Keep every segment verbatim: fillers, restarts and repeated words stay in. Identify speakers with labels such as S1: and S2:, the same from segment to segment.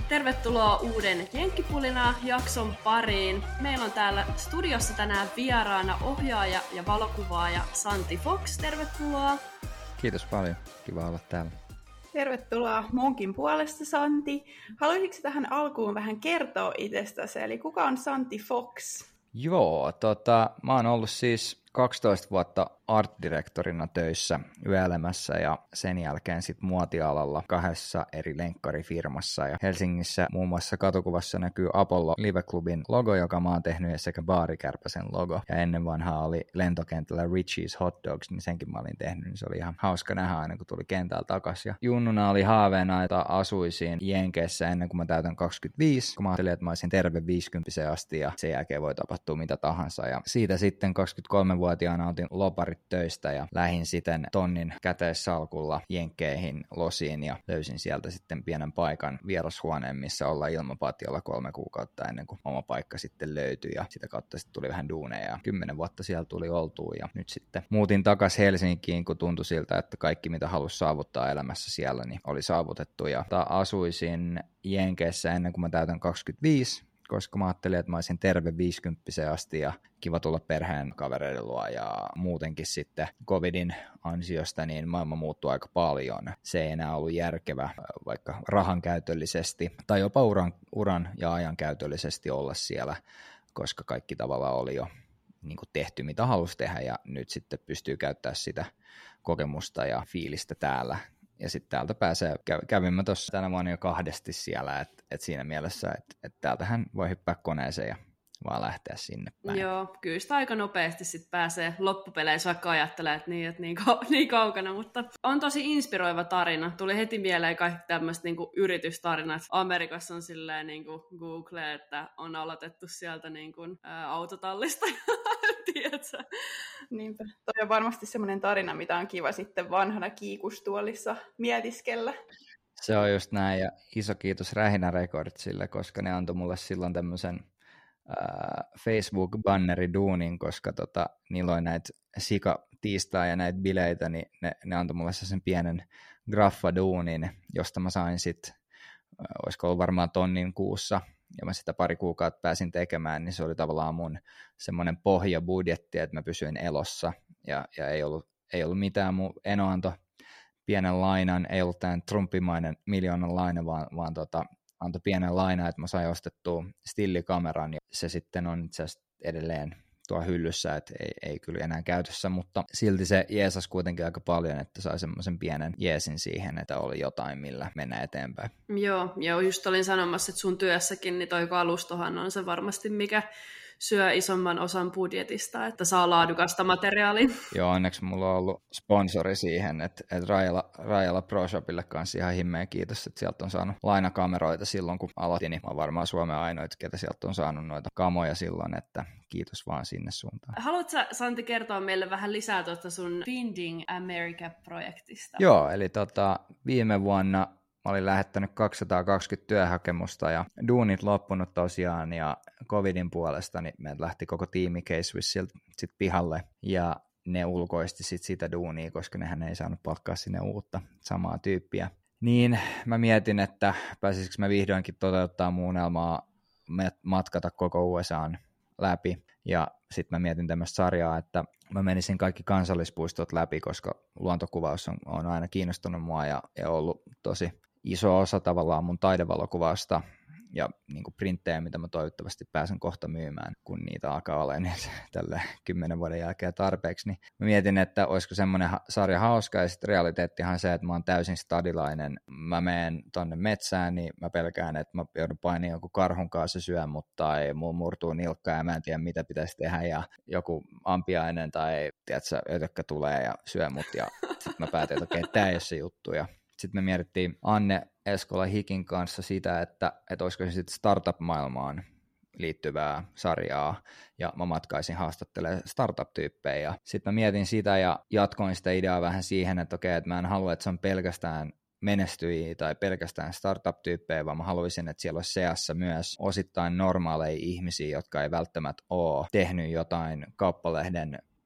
S1: Tervetuloa uuden Jenkkipulina-jakson pariin. Meillä on täällä studiossa tänään vieraana ohjaaja ja valokuvaaja Santi Fox. Tervetuloa.
S2: Kiitos paljon. Kiva olla täällä.
S3: Tervetuloa munkin puolesta, Santi. Haluaisitko tähän alkuun vähän kertoa itsestäsi, eli kuka on Santi Fox?
S2: Joo, tota, mä oon ollut siis kaksitoista vuotta art-direktorina töissä yöelämässä ja sen jälkeen sitten muotialalla kahdessa eri lenkkarifirmassa. Ja Helsingissä muun muassa katukuvassa näkyy Apollo Live-klubin logo, joka mä oon tehnyt, sekä Baarikärpäsen logo. Ja ennen vanhaa oli lentokentällä Richie's Hot Dogs, niin senkin mä olin tehnyt, niin se oli ihan hauska nähdä aina, kun tuli kentällä takaisin. Ja junnuna oli haaveena, että asuisin Jenkeissä ennen kuin mä täytän kaksikymmentäviisi, kun mä ajattelin, että mä olisin terve viisikymmentä asti ja sen jälkeen voi tapahtua mitä tahansa. Ja siitä sitten kaksikymmentäkolmevuotiaana otin loparit töistä ja lähdin sitten tonnin käteissalkulla Jenkkeihin losiin ja löysin sieltä sitten pienen paikan vierashuoneen, missä olla ilmapatiolla kolme kuukautta ennen kuin oma paikka sitten löytyi ja sitä kautta sitten tuli vähän duuneja ja kymmenen vuotta siellä tuli oltua ja nyt sitten muutin takaisin Helsinkiin, kun tuntui siltä, että kaikki mitä halusi saavuttaa elämässä siellä niin oli saavutettu ja asuisin Jenkeissä ennen kuin mä täytän kaksikymmentäviisi, koska mä ajattelin, että mä olisin terve viisikymmentä asti ja kiva tulla perheen kavereiden luo ja muutenkin sitten covidin ansiosta niin maailma muuttui aika paljon. Se ei enää ollut järkevä vaikka rahankäytöllisesti tai jopa uran, uran ja ajan käytöllisesti olla siellä, koska kaikki tavallaan oli jo niin kuin tehty mitä halusi tehdä ja nyt sitten pystyy käyttämään sitä kokemusta ja fiilistä täällä. Ja sitten täältä pääsee, kävimme tuossa tänä vuonna jo kahdesti siellä, että et siinä mielessä, että et täältähän voi hyppää koneeseen ja vaan lähteä sinne päin.
S1: Joo, kyllä sitä aika nopeasti sitten pääsee loppupeleissä, vaikka ajattelee, että niin, että niin, kau- niin kaukana, mutta on tosi inspiroiva tarina. Tuli heti mieleen kaikki tämmöiset niinku yritystarinat. Amerikassa on silleen niinku Google, että on aloitettu sieltä niinku, ä, autotallista, tiedätkö?
S3: Niinpä. Toi on varmasti semmoinen tarina, mitä on kiva sitten vanhana kiikustuolissa mietiskellä.
S2: Se on just näin ja iso kiitos Rähinä Recordsille, koska ne antoi mulle silloin tämmöisen Facebook-banneri-duunin, koska tota, niillä oli näitä sika-tiistaa ja näitä bileitä, niin ne, ne antoi mulle sen pienen graffa-duunin, josta mä sain sitten, olisiko ollut varmaan tonnin kuussa, ja mä sitä pari kuukautta pääsin tekemään, niin se oli tavallaan mun semmoinen pohjabudjetti, että mä pysyin elossa, ja, ja ei, ollut, ei ollut mitään muu, Eno antoi pienen lainan, ei ollut tämän trumpimainen miljoonan laina, vaan, vaan tota, antoi pienen laina, että mä sain ostettua stillikameran ja se sitten on itse asiassa edelleen tuo hyllyssä, että ei, ei kyllä enää käytössä, mutta silti se jeesasi kuitenkin aika paljon, että sai semmoisen pienen jeesin siihen, että oli jotain, millä mennä eteenpäin.
S1: Joo, joo, just olin sanomassa, että sun työssäkin niin toi kalustohan on se varmasti, mikä syö isomman osan budjetista, että saa laadukasta materiaalia.
S2: Joo, onneksi mulla on ollut sponsori siihen, että, että Rajala, Rajala Pro Shopille kanssa ihan himmeä kiitos, että sieltä on saanut lainakameroita silloin, kun aloitin, niin mä oon varmaan Suomen ainoita, ketä sieltä on saanut noita kamoja silloin, että kiitos vaan sinne suuntaan.
S1: Haluatko sä, Santi, kertoa meille vähän lisää tuosta sun Finding America-projektista?
S2: Joo, eli tota, viime vuonna mä olin lähettänyt kaksisataakaksikymmentä työhakemusta ja duunit loppunut tosiaan ja covidin puolesta, niin meiltä lähti koko tiimi K-Swissiltä sit pihalle ja ne ulkoisti sit sitä duunia, koska nehän ei saanut palkkaa sinne uutta samaa tyyppiä. Niin mä mietin, että pääsisikö mä vihdoinkin toteuttaa mun unelmaa matkata koko U S A:n läpi ja sitten mä mietin tämmöistä sarjaa, että mä menisin kaikki kansallispuistot läpi, koska luontokuvaus on, on aina kiinnostunut mua ja, ja ollut tosi iso osa tavallaan mun taidevalokuvausta ja niin kuin printtejä, mitä mä toivottavasti pääsen kohta myymään, kun niitä alkaa olla niin tällä kymmenen vuoden jälkeen tarpeeksi. Niin mä mietin, että olisiko semmoinen sarja hauska ja sitten realiteettihan se, että mä oon täysin stadilainen. Mä menen tonne metsään, niin mä pelkään, että mä joudun painiin joku karhun kanssa syö mut tai mulla murtuu nilkka ja mä en tiedä mitä pitäisi tehdä ja joku ampiainen tai tiedätkö, ötökkä tulee ja syö mut ja sitten mä päätin, että okei, okay, tää ei ole se juttu ja sitten me mietittiin Anne Eskola Hikin kanssa sitä, että, että olisiko se sitten startup-maailmaan liittyvää sarjaa, ja mä matkaisin haastattelemaan startup-tyyppejä. Sitten mä mietin sitä ja jatkoin sitä ideaa vähän siihen, että okei, että mä en halua, että se on pelkästään menestyjiä tai pelkästään startup-tyyppejä, vaan mä haluaisin, että siellä olisi seassa myös osittain normaaleja ihmisiä, jotka ei välttämättä ole tehnyt jotain kauppalehden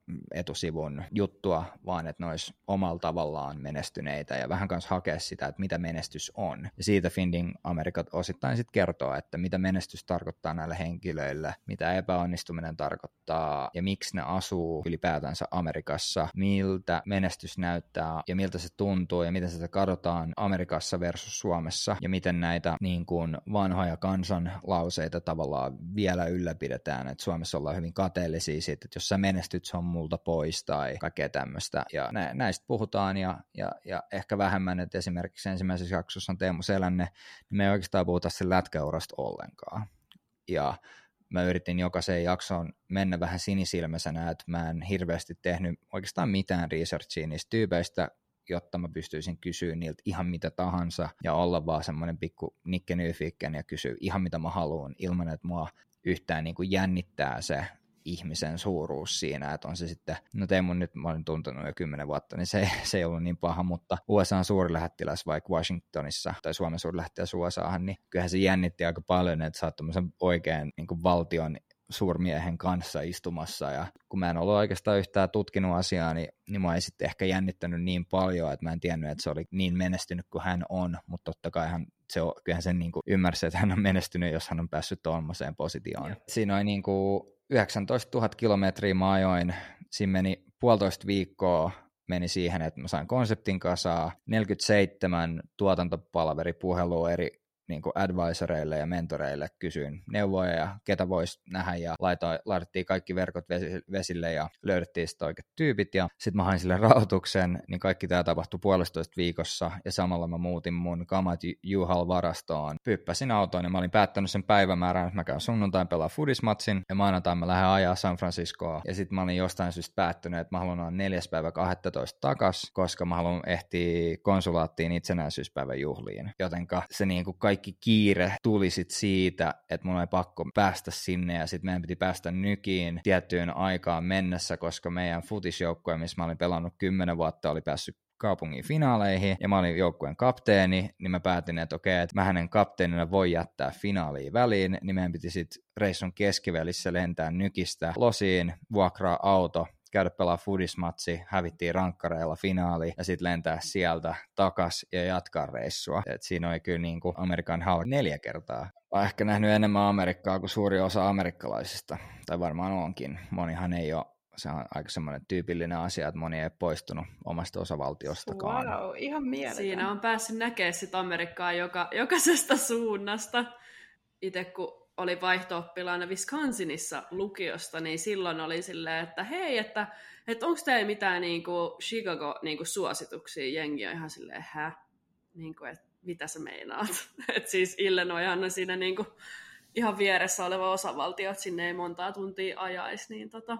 S2: etusivun juttua, vaan että ne olisi omalla tavallaan menestyneitä ja vähän kanssa hakea sitä, että mitä menestys on. Ja siitä Finding America osittain sitten kertoo, että mitä menestys tarkoittaa näille henkilöille, mitä epäonnistuminen tarkoittaa ja miksi ne asuu ylipäätänsä Amerikassa, miltä menestys näyttää ja miltä se tuntuu ja miten sitä katsotaan Amerikassa versus Suomessa ja miten näitä niin kuin vanhoja kansanlauseita tavallaan vielä ylläpidetään, että Suomessa ollaan hyvin kateellisia siitä, että jos sä menestyt, se on multa pois tai kaikkea tämmöistä. Ja nä- näistä puhutaan ja, ja, ja ehkä vähemmän, että esimerkiksi ensimmäisessä jaksossa on Teemu Selänne, niin me ei oikeastaan puhuta sen lätkäurasta ollenkaan. Ja mä yritin jokaisen jakson mennä vähän sinisilmäisenä, että mä en hirveästi tehnyt oikeastaan mitään researchia niistä tyypeistä, jotta mä pystyisin kysyä niiltä ihan mitä tahansa ja olla vaan semmoinen pikku Nikke Nyfiken ja kysyä ihan mitä mä haluan ilman, että mua yhtään niin kuin jännittää se ihmisen suuruus siinä, että on se sitten, no Teemu nyt mä olin tuntenut jo kymmenen vuotta, niin se, se ei ollut niin paha, mutta U S A:n suurlähettiläs vaikka Washingtonissa tai Suomen suurlähettiläs U S A:han, niin kyllähän se jännitti aika paljon, että sä oot tämmöisen oikein niin kuin valtion suurmiehen kanssa istumassa, ja kun mä en ollut oikeastaan yhtään tutkinut asiaa, niin, niin mä ei sitten ehkä jännittänyt niin paljon, että mä en tiennyt, että se oli niin menestynyt kuin hän on, mutta totta kai hän, se on, kyllähän sen niin kuin ymmärsi, että hän on menestynyt, jos hän on päässyt tuollaiseen positioon. Ja. Siinä oli niin kuin yhdeksäntoistatuhatta kilometriä mä ajoin, siinä meni puolitoista viikkoa, meni siihen, että mä sain konseptin kasaa, neljäkymmentäseitsemän tuotantopalaveripuhelua eri niin kuin advisoreille ja mentoreille, kysyin neuvoja ja ketä voisi nähdä ja laitoin, laitettiin kaikki verkot vesille ja löydettiin sitten oikeat tyypit ja sitten mä hain sille rahoituksen, niin kaikki tämä tapahtui puolestoista viikossa ja samalla mä muutin mun kamat U-Haul-varastoon, pyppäsin autoon ja mä olin päättänyt sen päivämäärän, että mä käyn sunnuntain pelaa foodismatsin ja maanantain mä lähden ajaa San Franciscoa ja sitten mä olin jostain syystä päättynyt, että mä haluan olla neljäs päivä kaksitoista takas, koska mä haluan ehtiä konsulaattiin itsenäisyyspäivän juhliin, jotenka se niinku kaikki kiire tuli sit siitä, että mun oli pakko päästä sinne ja sitten meidän piti päästä nykiin tiettyyn aikaan mennessä, koska meidän futisjoukkue, missä mä olin pelannut kymmenen vuotta, oli päässyt kaupungin finaaleihin ja mä olin joukkueen kapteeni, niin mä päätin, että okei, että mä hänen kapteenina voi jättää finaaliin väliin, niin meidän piti sitten reissun keskivälissä lentää nykistä Losiin, vuokraa auto, käydä pelaa foodismatsi, hävittiin rankkareilla finaali ja sitten lentää sieltä takas ja jatkaa reissua. Et siinä oli kyllä niin kuin American Haul neljä kertaa. Olen ehkä nähnyt enemmän Amerikkaa kuin suuri osa amerikkalaisista, tai varmaan onkin. Monihan ei ole, se on aika semmoinen tyypillinen asia, että moni ei ole poistunut omasta osavaltiostakaan.
S3: Wow, ihan mieletön.
S1: Siinä on päässyt näkemään sit Amerikkaa joka, jokaisesta suunnasta. Itse kun oli vaihto-oppilaana Wisconsinissa lukiosta, niin silloin oli silleen, että hei, että, että onko teillä mitään niinku Chicago-suosituksia? Jengi on ihan silleen, hä? Niinku, että mitä sä meinaat? Että siis Illinoishan on siinä niinku ihan vieressä oleva osavaltio, että sinne ei montaa tuntia ajaisi, niin tota,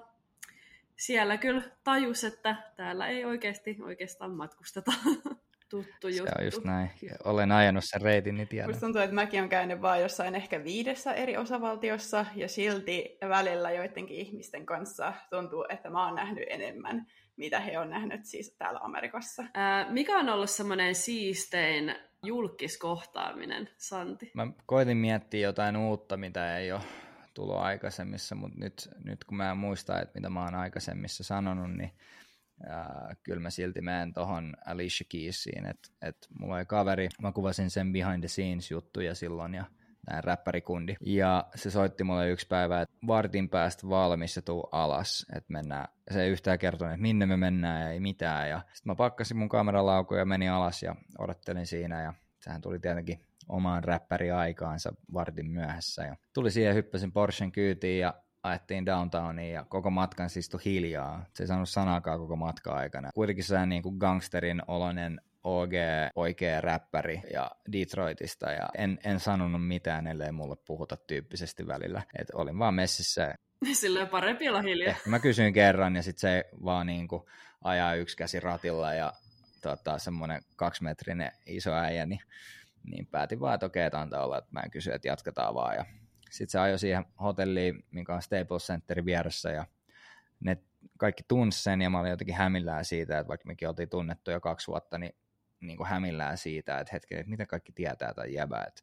S1: siellä kyllä tajus, että täällä ei oikeasti oikeastaan matkusteta. Tuttu juttu.
S2: Se on just näin. Olen ajanut sen reitin, niin tiedän.
S3: Musta tuntuu, että mäkin olen käynyt vaan jossain ehkä viidessä eri osavaltiossa, ja silti välillä joidenkin ihmisten kanssa tuntuu, että mä oon nähnyt enemmän, mitä he on nähnyt siis täällä Amerikassa.
S1: Ää, mikä on ollut semmoinen siistein julkiskohtaaminen, Santi?
S2: Mä koitin miettiä jotain uutta, mitä ei ole tullut aikaisemmissa, mutta nyt, nyt kun mä muistan, että mitä mä oon aikaisemmissa sanonut, niin ja kyllä mä silti menen tohon Alicia Keysiin, että et mulla oli kaveri, mä kuvasin sen behind the scenes juttuja silloin ja näin räppärikundi. Ja se soitti mulle yksi päivä, että vartin päästä valmis ja tuu alas, että mennään. Ja se ei yhtään kertonut, että minne me mennään ja ei mitään. Ja sitten mä pakkasin mun kameralaukun ja menin alas ja odottelin siinä ja sehän tuli tietenkin omaan räppäriaikaansa vartin myöhässä. Ja tuli siihen, hyppäsin Porschen kyytiin ja ajettiin downtowniin ja koko matkan siis istui hiljaa. Se ei sanonut sanaakaan koko matkan aikana. Kuitenkin se niin kuin gangsterin oloinen O G, oikea räppäri ja Detroitista ja en, en sanonut mitään, ellei mulle puhuta tyyppisesti välillä. Et olin vaan messissä.
S1: Silleen parempi olla hiljaa.
S2: Ehkä mä kysyin kerran ja sit se vaan niin kuin ajaa yksi käsi ratilla ja tota, semmoinen kaksimetrinen iso äijä, niin, niin päätin vaan, että okei, että antaa olla, että mä en kysy, että jatketaan vaan ja sitten se ajoi siihen hotelliin, mikä on Staples Centerin vieressä, ja ne kaikki tunsi sen, ja mä olin jotenkin hämillään siitä, että vaikka mekin oltiin tunnettu jo kaksi vuotta, niin, niin kuin hämillään siitä, että hetken, että mitä kaikki tietää tai jäbää, että,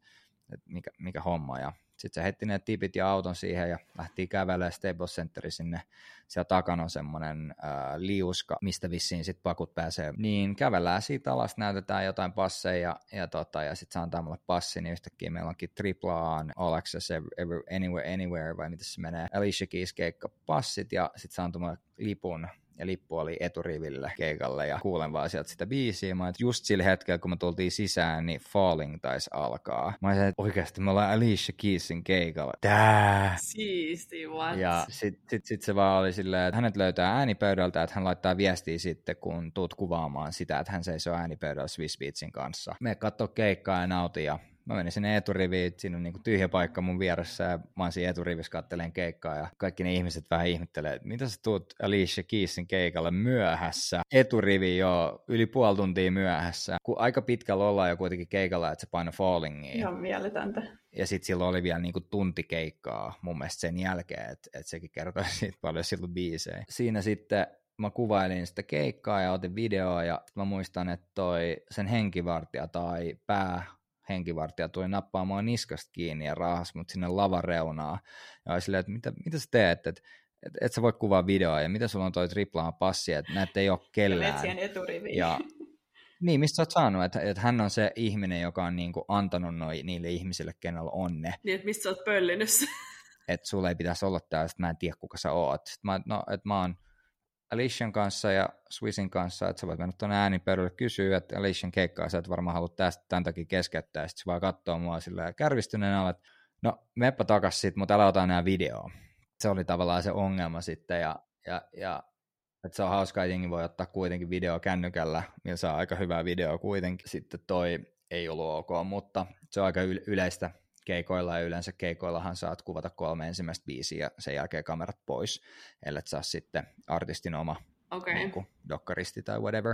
S2: että mikä, mikä homma. Ja sitten se heitti ne tipit ja auton siihen ja lähti kävelemään Staples Centeriin sinne. Siellä takana on semmoinen äh, liuska, mistä vissiin sitten pakut pääsee. Niin kävellään siitä alas, näytetään jotain passeja ja, tota, ja sitten se antaa mulle passi, niin yhtäkkiä meillä onkin triplaan All Access every, Anywhere Anywhere, vai miten se menee, Alicia Keys keikka passit ja sitten se antoi mulle lipun. Ja lippu oli eturiville keikalle ja kuulen vaan sieltä sitä biisiä. Mä et just sillä hetkellä, kun me tultiin sisään, niin Falling taisi alkaa. Mä olisin, että oikeasti me ollaan Alicia Keysin keikalla. Tää!
S1: Siisti, what?
S2: Ja sit, sit, sit se vaan oli silleen, että hänet löytää äänipöydältä, että hän laittaa viestiä sitten, kun tuut kuvaamaan sitä, että hän seisoo äänipöydällä Swiss Beatsin kanssa. Me katsoo keikkaa ja nautin ja mä menin sinne eturiviin, siinä on niinku tyhjä paikka mun vieressä ja mä oon siinä eturivissä kattelen keikkaa ja kaikki ne ihmiset vähän ihmettelee, että mitä sä tuut Alicia Keysin keikalle myöhässä, eturivi jo yli puoli tuntia myöhässä, kun aika pitkällä ollaan jo kuitenkin keikalla, että se paino Fallingia.
S3: Ihan mieletöntä.
S2: Ja sitten silloin oli vielä niinku tunti keikkaa mun mielestä sen jälkeen, että et sekin kertoi siitä paljon silloin biisejä. Siinä sitten mä kuvailin sitä keikkaa ja otin videoa ja mä muistan, että toi sen henkivartija tai pää henkivartija tuli nappaamaan niskasta kiinni ja raahasi mut sinne lavareunaan. Ja oli silleen, että mitä, mitä sä teet, että et, et sä voi kuvaa videoa ja mitä sulla on toi triplaan passi, että näitä ei ole kellään.
S3: Metsien eturiviin.
S2: Ja niin, mistä sä oot saanut, että, että hän on se ihminen, joka on niinku antanut noi, niille ihmisille, kenellä on ne.
S1: Niin, että mistä sä oot pöllinyt.
S2: Että sulla ei pitäisi olla täällä, että mä en tiedä, kuka sä oot. Sitten mä, no, että mä oon Alician kanssa ja Swissin kanssa, että sä voit mennä tuonne äänipöydälle kysyä, että Alician keikkaa sä et varmaan halua tästä tämän takia keskeyttää. Sitten se vaan katsoo mua sillä kärvistyneenä, että no meppä takas sit, mutta älä ota enää videoa. Se oli tavallaan se ongelma sitten ja, ja, ja että se on hauskaa, että jengi voi ottaa kuitenkin video kännykällä, millä saa aika hyvää videoa kuitenkin. Sitten toi ei ollut ok, mutta se on aika yleistä keikoilla ja yleensä keikoillahan saat kuvata kolme ensimmäistä biisiä ja sen jälkeen kamerat pois, ellei saa sitten artistin oma
S1: okay.
S2: niin kuin dokkaristi tai whatever.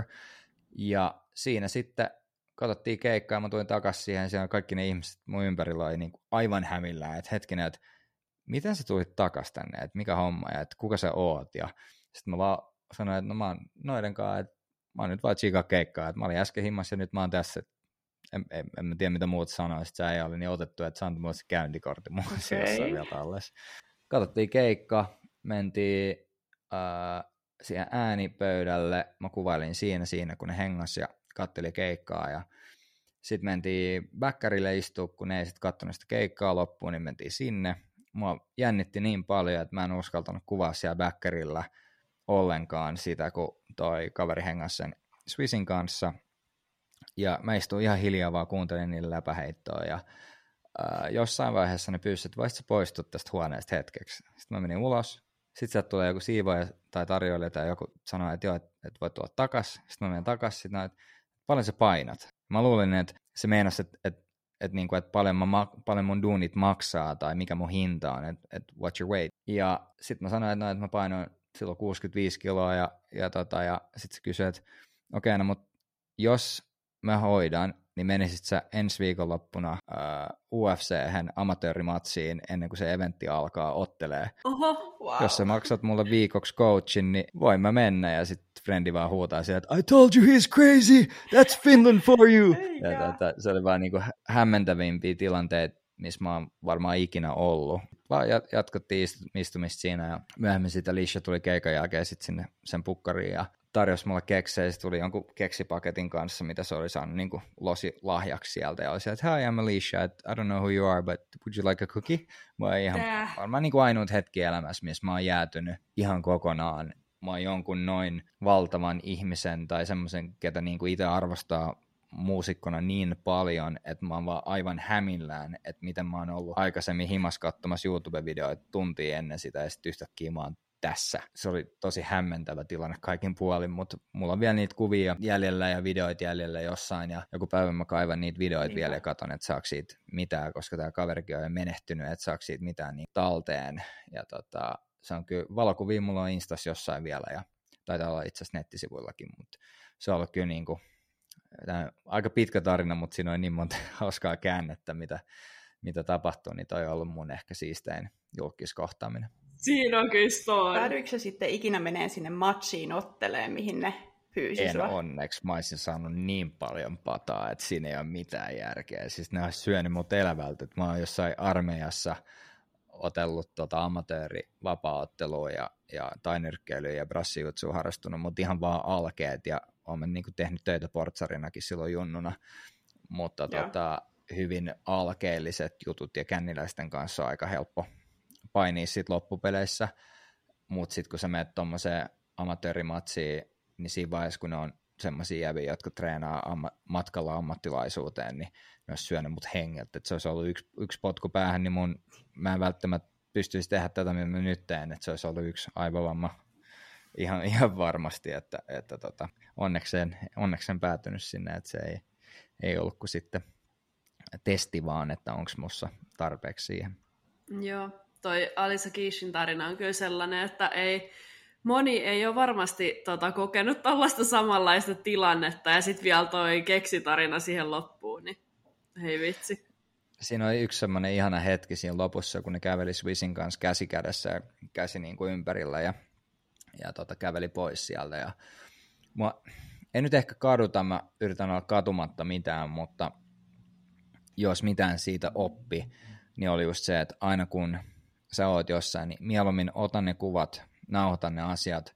S2: Ja siinä sitten katsottiin keikkaa ja mä tulin takaisin siihen, siellä kaikki ne ihmiset mun ympärillä oli niin kuin aivan hämillään, että hetkinen, että miten sä tulit takaisin tänne, että mikä homma ja että kuka sä oot ja sitten mä vaan sanoin, että no mä oon noiden kanssa, että mä oon nyt vaan tsiikaa keikkaa, että mä olin äsken himmassa ja nyt mä oon tässä, en, en, en mä tiedä mitä muuta sanoa, sitten se äijä oli niin otettu, että se antoi mulle se käyntikortti mulle okay. jossain vielä tallessa. Katsottiin keikka, mentiin äh, siihen äänipöydälle, mä kuvailin siinä siinä, kun ne hengas ja katteli keikkaa ja sitten mentiin bäkkärille istua, kun ne ei sitten katsonut sitä keikkaa loppuun, niin mentiin sinne. Mua jännitti niin paljon, että mä en uskaltanut kuvaa siellä bäkkärillä ollenkaan sitä, kun toi kaveri hengasi sen Swissin kanssa. Ja mä istuin ihan hiljaa vaan kuuntelin niille läpäheittoa ja ää, jossain vaiheessa ne pyysivät, että voisit sä poistua tästä huoneesta hetkeksi. Sitten mä menin ulos. Sitten sieltä tulee joku siivoja tai tarjoilija tai joku sanoi, että joo, että et voit tulla takas. Sitten mä menen takas. Sitten että paljon sä painat? Mä luulin, että se meinasi, että, että, että, että, että paljon, mä, paljon mun duunit maksaa tai mikä mun hinta on, että, että what's your weight. Ja sitten mä sanoin, että, no, että mä painoin silloin kuusikymmentäviisi kiloa ja, ja, tota, ja sitten se kysyi, että okei, okay, no mutta jos mä hoidan, niin menisit sä ensi viikonloppuna uh, U F C-hän amatöörimatsiin ennen kuin se eventti alkaa ottelee.
S1: Oho, wow.
S2: Jos sä maksat mulle viikoksi coachin, niin voin mä mennä. Ja sitten frendi vaan huutaa sieltä, että I told you he's crazy, that's Finland for you. Ja tätä, se oli vaan niinku hämmentävimpiä tilanteita, missä mä oon varmaan ikinä ollut. Vaan jatkottiin istumista siinä ja myöhemmin sitten Alicia tuli keikan jälkeen sit sinne sen pukkariin ja tarjosi mulle keksejä, se tuli jonkun keksipaketin kanssa, mitä se oli saanut niin kuin losi lahjaksi sieltä, ja oli se, että hi, I'm Alicia, I don't know who you are, but would you like a cookie? Mä oon ihan äh. varmaan niin kuin ainut hetki elämässä, missä mä oon jäätynyt ihan kokonaan. Mä oon jonkun noin valtavan ihmisen tai semmoisen, ketä niin kuin itse arvostaa muusikkona niin paljon, että mä oon vaan aivan hämillään, että miten mä oon ollut aikaisemmin himas katsomassa YouTube-videoita tuntia ennen sitä, ja sitten yhtäkkiä mä oon tässä. Se oli tosi hämmentävä tilanne kaikin puolin, mutta mulla on vielä niitä kuvia jäljellä ja videoita jäljellä jossain, ja joku päivä mä kaivan niitä videoita Niinpä. vielä ja katon, että saako siitä mitään, koska tää kaverikin on jo menehtynyt, että saako siitä mitään niin talteen. Ja tota, se on kyllä, valokuvia mulla on Instas jossain vielä, ja taitaa olla itse asiassa nettisivuillakin, mutta se on ollut kyllä niin kuin, aika pitkä tarina, mutta siinä on niin monta hauskaa käännettä, mitä, mitä tapahtuu, niin toi on ollut mun ehkä siistein julkiskohtaaminen.
S1: Siinä on kyllä story.
S3: Päädyikö sä sitten ikinä menee sinne matsiin otteleen, mihin ne fyysisellä?
S2: En onneksi. Mä olisin saanut niin paljon pataa, että siinä ei ole mitään järkeä. Siis ne olisi syönyt mut elävältä. Mä oon jossain armeijassa otellut tota amatöörivapaaottelua ja, ja tainyrkkeilyä ja brassijutsua harrastunut, mutta ihan vaan alkeet ja olen niin kuin tehnyt töitä portsarinakin silloin junnuna, mutta tota, hyvin alkeelliset jutut ja känniläisten kanssa on aika helppo painia sit loppupeleissä, mutta sitten kun sä menet tuommoiseen amatöörimatsiin, niin siinä vaiheessa kun ne on semmoisia jäviä, jotka treenaa amma, matkalla ammattilaisuuteen, niin ne olisi syönyt mut hengiltä. Et se olisi ollut yksi, yksi potku päähän, niin mun, mä en välttämättä pystyisi tehdä tätä, mitä mä nyt teen, että se olisi ollut yksi aivovamma ihan, ihan varmasti, että, että tota, onneksi, en, onneksi en päätynyt sinne, että se ei, ei ollut kuin sitten testi vaan, että onko musta tarpeeksi siihen.
S1: Joo, toi Alisa Keyshin tarina on kyllä sellainen, että ei... Moni ei ole varmasti tota, kokenut tällaista samanlaista tilannetta, ja sitten vielä toi keksitarina siihen loppuun, niin hei vitsi.
S2: Siinä oli yksi semmoinen ihana hetki siinä lopussa, kun ne käveli Swissin kanssa käsi kädessä ja käsi niin kuin ympärillä, ja, ja tota, käveli pois sieltä. Ja mua, en nyt ehkä kaduta, mä yritän olla katumatta mitään, mutta jos mitään siitä oppi, niin oli just se, että aina kun sä oot jossain, niin mieluummin ota ne kuvat, nauhoita ne asiat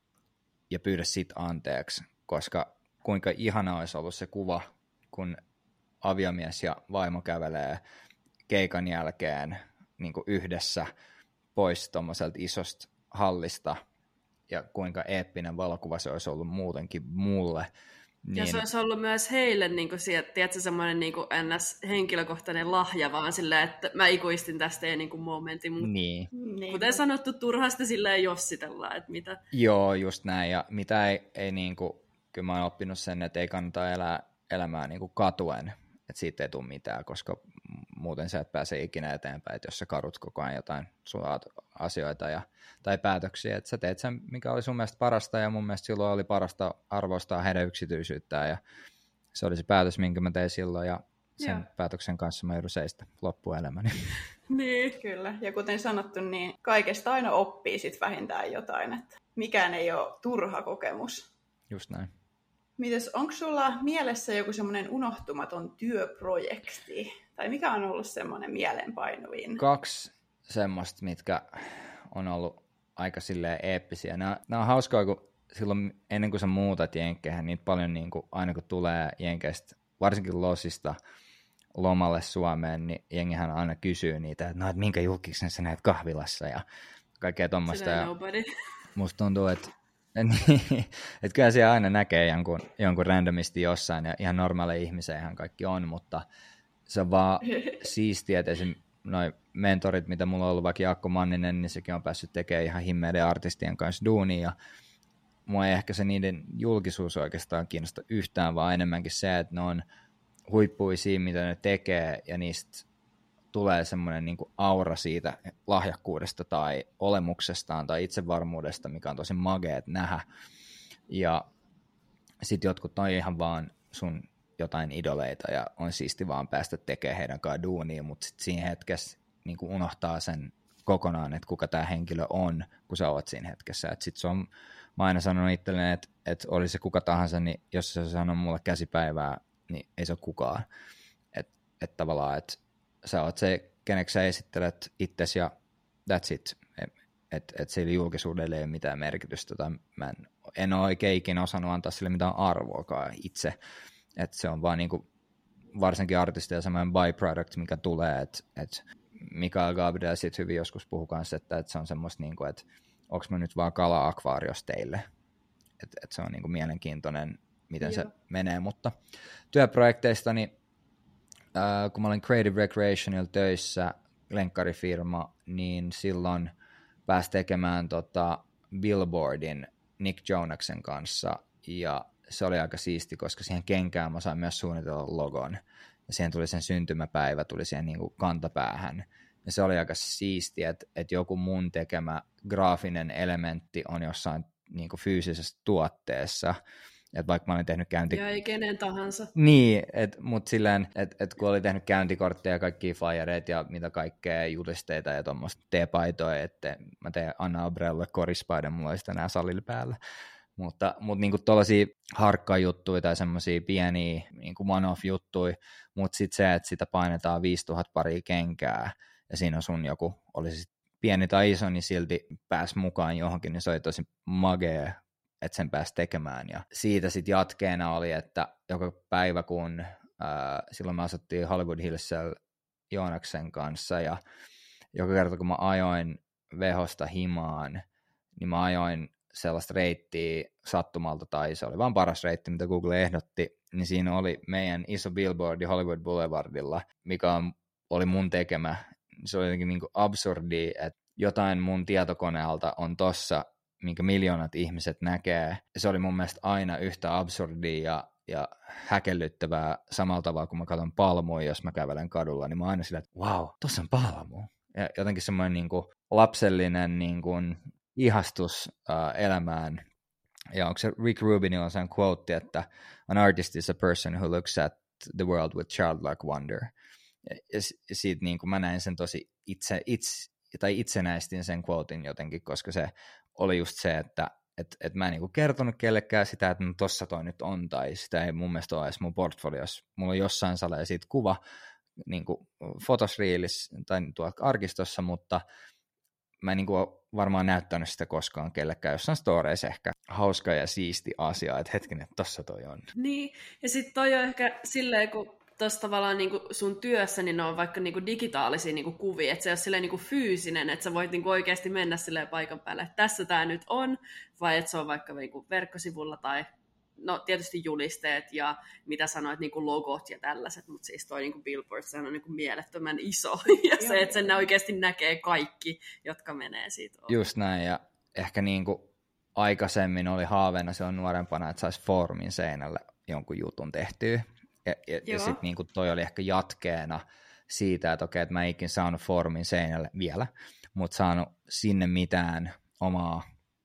S2: ja pyydä sit anteeksi, koska kuinka ihana olisi ollut se kuva, kun aviomies ja vaimo kävelee keikan jälkeen niin kuin yhdessä pois tuommoiselta isosta hallista, ja kuinka eeppinen valokuva se olisi ollut muutenkin mulle. Niin...
S1: Ja se olisi ollut myös heille niin kuin, tiedätkö, semmoinen niin kuin ns. Henkilökohtainen lahja, vaan silleen, että mä ikuistin tästä ei niin kuin momentin, mutta
S2: niin.
S1: kuten sanottu, turhasta silleen jossitellaan, että mitä.
S2: Joo, just näin, ja mitä ei, ei niin kuin, kyllä mä oon oppinut sen, että ei kannata elää elämää niin kuin katuen, että siitä ei tule mitään, koska muuten sä et pääse ikinä eteenpäin, että jos sä kadut koko ajan jotain sun asioita ja, tai päätöksiä, että sä teet sen, mikä oli sun mielestä parasta, ja mun mielestä silloin oli parasta arvostaa heidän yksityisyyttään, ja se oli se päätös, minkä mä tein silloin, ja sen Joo. päätöksen kanssa mä joudun seistä loppuelämäni.
S3: Niin, kyllä. Ja kuten sanottu, niin kaikesta aina oppii sit vähintään jotain, että mikään ei ole turha kokemus.
S2: Just näin.
S3: Mites, onko sulla mielessä joku semmoinen unohtumaton työprojekti? Tai mikä on ollut semmoinen mielenpainuvin?
S2: Kaksi semmoista, mitkä on ollut aika silleen eeppisiä. Nämä, nämä on hauskaa, kun silloin ennen kuin sä muutat jenkkeihin, niin paljon niin kuin, aina kun tulee jenkeistä, varsinkin Losista lomalle Suomeen, niin jengihän aina kysyy niitä, että no, et minkä julkiksen sä näet kahvilassa ja kaikkea tommoista. Ja musta tuntuu, että niin, että kyllä siellä aina näkee jonkun, jonkun randomisti jossain, ja ihan normaaleja ihmisiä ihan kaikki on, mutta se on vaan siistiä, että esim. Noi mentorit, mitä mulla on ollut, vaikka Jaakko Manninen, niin sekin on päässyt tekemään ihan himmeiden artistien kanssa duunia, ja mua ei ehkä se niiden julkisuus oikeastaan kiinnosta yhtään, vaan enemmänkin se, että ne on huippuisia, mitä ne tekee, ja niistä tulee semmoinen niin kuin aura siitä lahjakkuudesta tai olemuksestaan tai itsevarmuudesta, mikä on tosi mageet nähdä. Ja sitten jotkut on ihan vaan sun jotain idoleita ja on siisti vaan päästä tekemään heidän kanssaan duunia, mutta sitten siinä hetkessä niin kuin unohtaa sen kokonaan, että kuka tämä henkilö on, kun sä oot siinä hetkessä. Et sit se on, mä aina sanonut itselleen, että, että oli se kuka tahansa, niin jos se sanoo mulle käsipäivää, niin ei se ole kukaan. Että et tavallaan, että sä oot se, keneksi sä esittelet itsesi ja that's it. Että et sillä julkisuudelle ei ole mitään merkitystä. Tai mä en, en ole oikein ikinä osannut antaa sille mitään arvoakaan itse. Että se on vaan niinku, varsinkin artisteja semmoinen byproduct, mikä tulee. Että et Mikael Gabriel sit hyvin joskus puhuu kanssa, että et se on semmoista, niinku, että onko mä nyt vaan kala akvaarios teille. Että et se on niinku mielenkiintoinen, miten Joo. se menee. Mutta työprojekteista, niin Uh, kun mä olin Creative Recreationilla töissä, lenkkarifirma, niin silloin pääsi tekemään tota Billboardin Nick Jonaksen kanssa, ja se oli aika siisti, koska siihen kenkään mä sain myös suunnitella logon, ja siihen tuli sen syntymäpäivä, tuli siihen niin kuin kantapäähän, ja se oli aika siisti, että, että joku mun tekemä graafinen elementti on jossain niin kuin fyysisessä tuotteessa, että vaikka mä olin tehnyt käynti...
S1: Ja ei kenen tahansa.
S2: Niin, mutta silleen, että et kun oli tehnyt käyntikortteja ja kaikkia flyereita ja mitä kaikkea julisteita ja tuommoista teepaitoja, että mä tein Anna Abreulle korispaidan, mulla oli sitä nää salilla päällä. Mutta, mutta niin tuollaisia harkkajuttuja tai semmoisia pieniä niin one-off-juttuja, mutta sitten se, että sitä painetaan viisituhatta paria kenkää, ja siinä on sun joku, olisi pieni tai iso, niin silti pääsi mukaan johonkin, niin se oli tosi magea, että sen pääsi tekemään. Ja siitä sitten jatkeena oli, että joka päivä, kun ää, silloin me asuttiin Hollywood Hillsillä Joonaksen kanssa, ja joka kerta, kun mä ajoin Vehosta himaan, niin mä ajoin sellaista reittiä sattumalta, tai se oli vaan paras reitti, mitä Google ehdotti, niin siinä oli meidän iso billboardi Hollywood Boulevardilla, mikä on, oli mun tekemä. Se oli jotenkin niin kuin absurdi, että jotain mun tietokoneelta on tossa, minkä miljoonat ihmiset näkee. Se oli mun mielestä aina yhtä absurdia ja, ja häkellyttävää samalla tavalla, kun mä katson palmuja, jos mä kävelen kadulla, niin mä aina sillä, että wow, tossa on palmu. Ja jotenkin semmoinen niin kuin lapsellinen niin kuin ihastus uh, elämään. Ja onko se Rick Rubinilla on sen quote, että an artist is a person who looks at the world with childlike wonder. Ja siitä niin kuin mä näin sen tosi itse, itse, tai itsenäistin sen quotein jotenkin, koska se oli just se, että et, et mä en niin kuin kertonut kellekään sitä, että no tossa toi nyt on, tai sitä ei mun mielestä ole edes mun portfoliossa. Mulla on jossain salee siitä kuva, niin kuin Photosreelissä tai tuolla arkistossa, mutta mä en niin kuin varmaan näyttänyt sitä koskaan kellekään, jossain storeissa ehkä hauska ja siisti asia, että hetkinen, että tossa toi on.
S1: Niin, ja sitten toi on ehkä silleen, kun tuossa tavallaan niinku sun työssä, niin ne on vaikka niinku digitaalisia niinku kuvia, että se ei ole silleen niinku fyysinen, että sä voit niinku oikeasti mennä silleen paikan päälle, että tässä tää nyt on, vai että se on vaikka niinku verkkosivulla tai no tietysti julisteet ja mitä sanoit, niinku logot ja tällaiset, mutta siis toi niinku billboard, se on niinku mielettömän iso, ja joo, se, että sen oikeasti näkee kaikki, jotka menee siitä ohi.
S2: Just näin, ja ehkä niinku aikaisemmin oli haaveena silloin nuorempana, että saisi foorumin seinälle jonkun jutun tehtyä, ja, ja, ja sitten niinku toi oli ehkä jatkeena siitä, että okei, että mä en ikin saanut foorumin seinälle vielä, mutta saanut sinne mitään omaa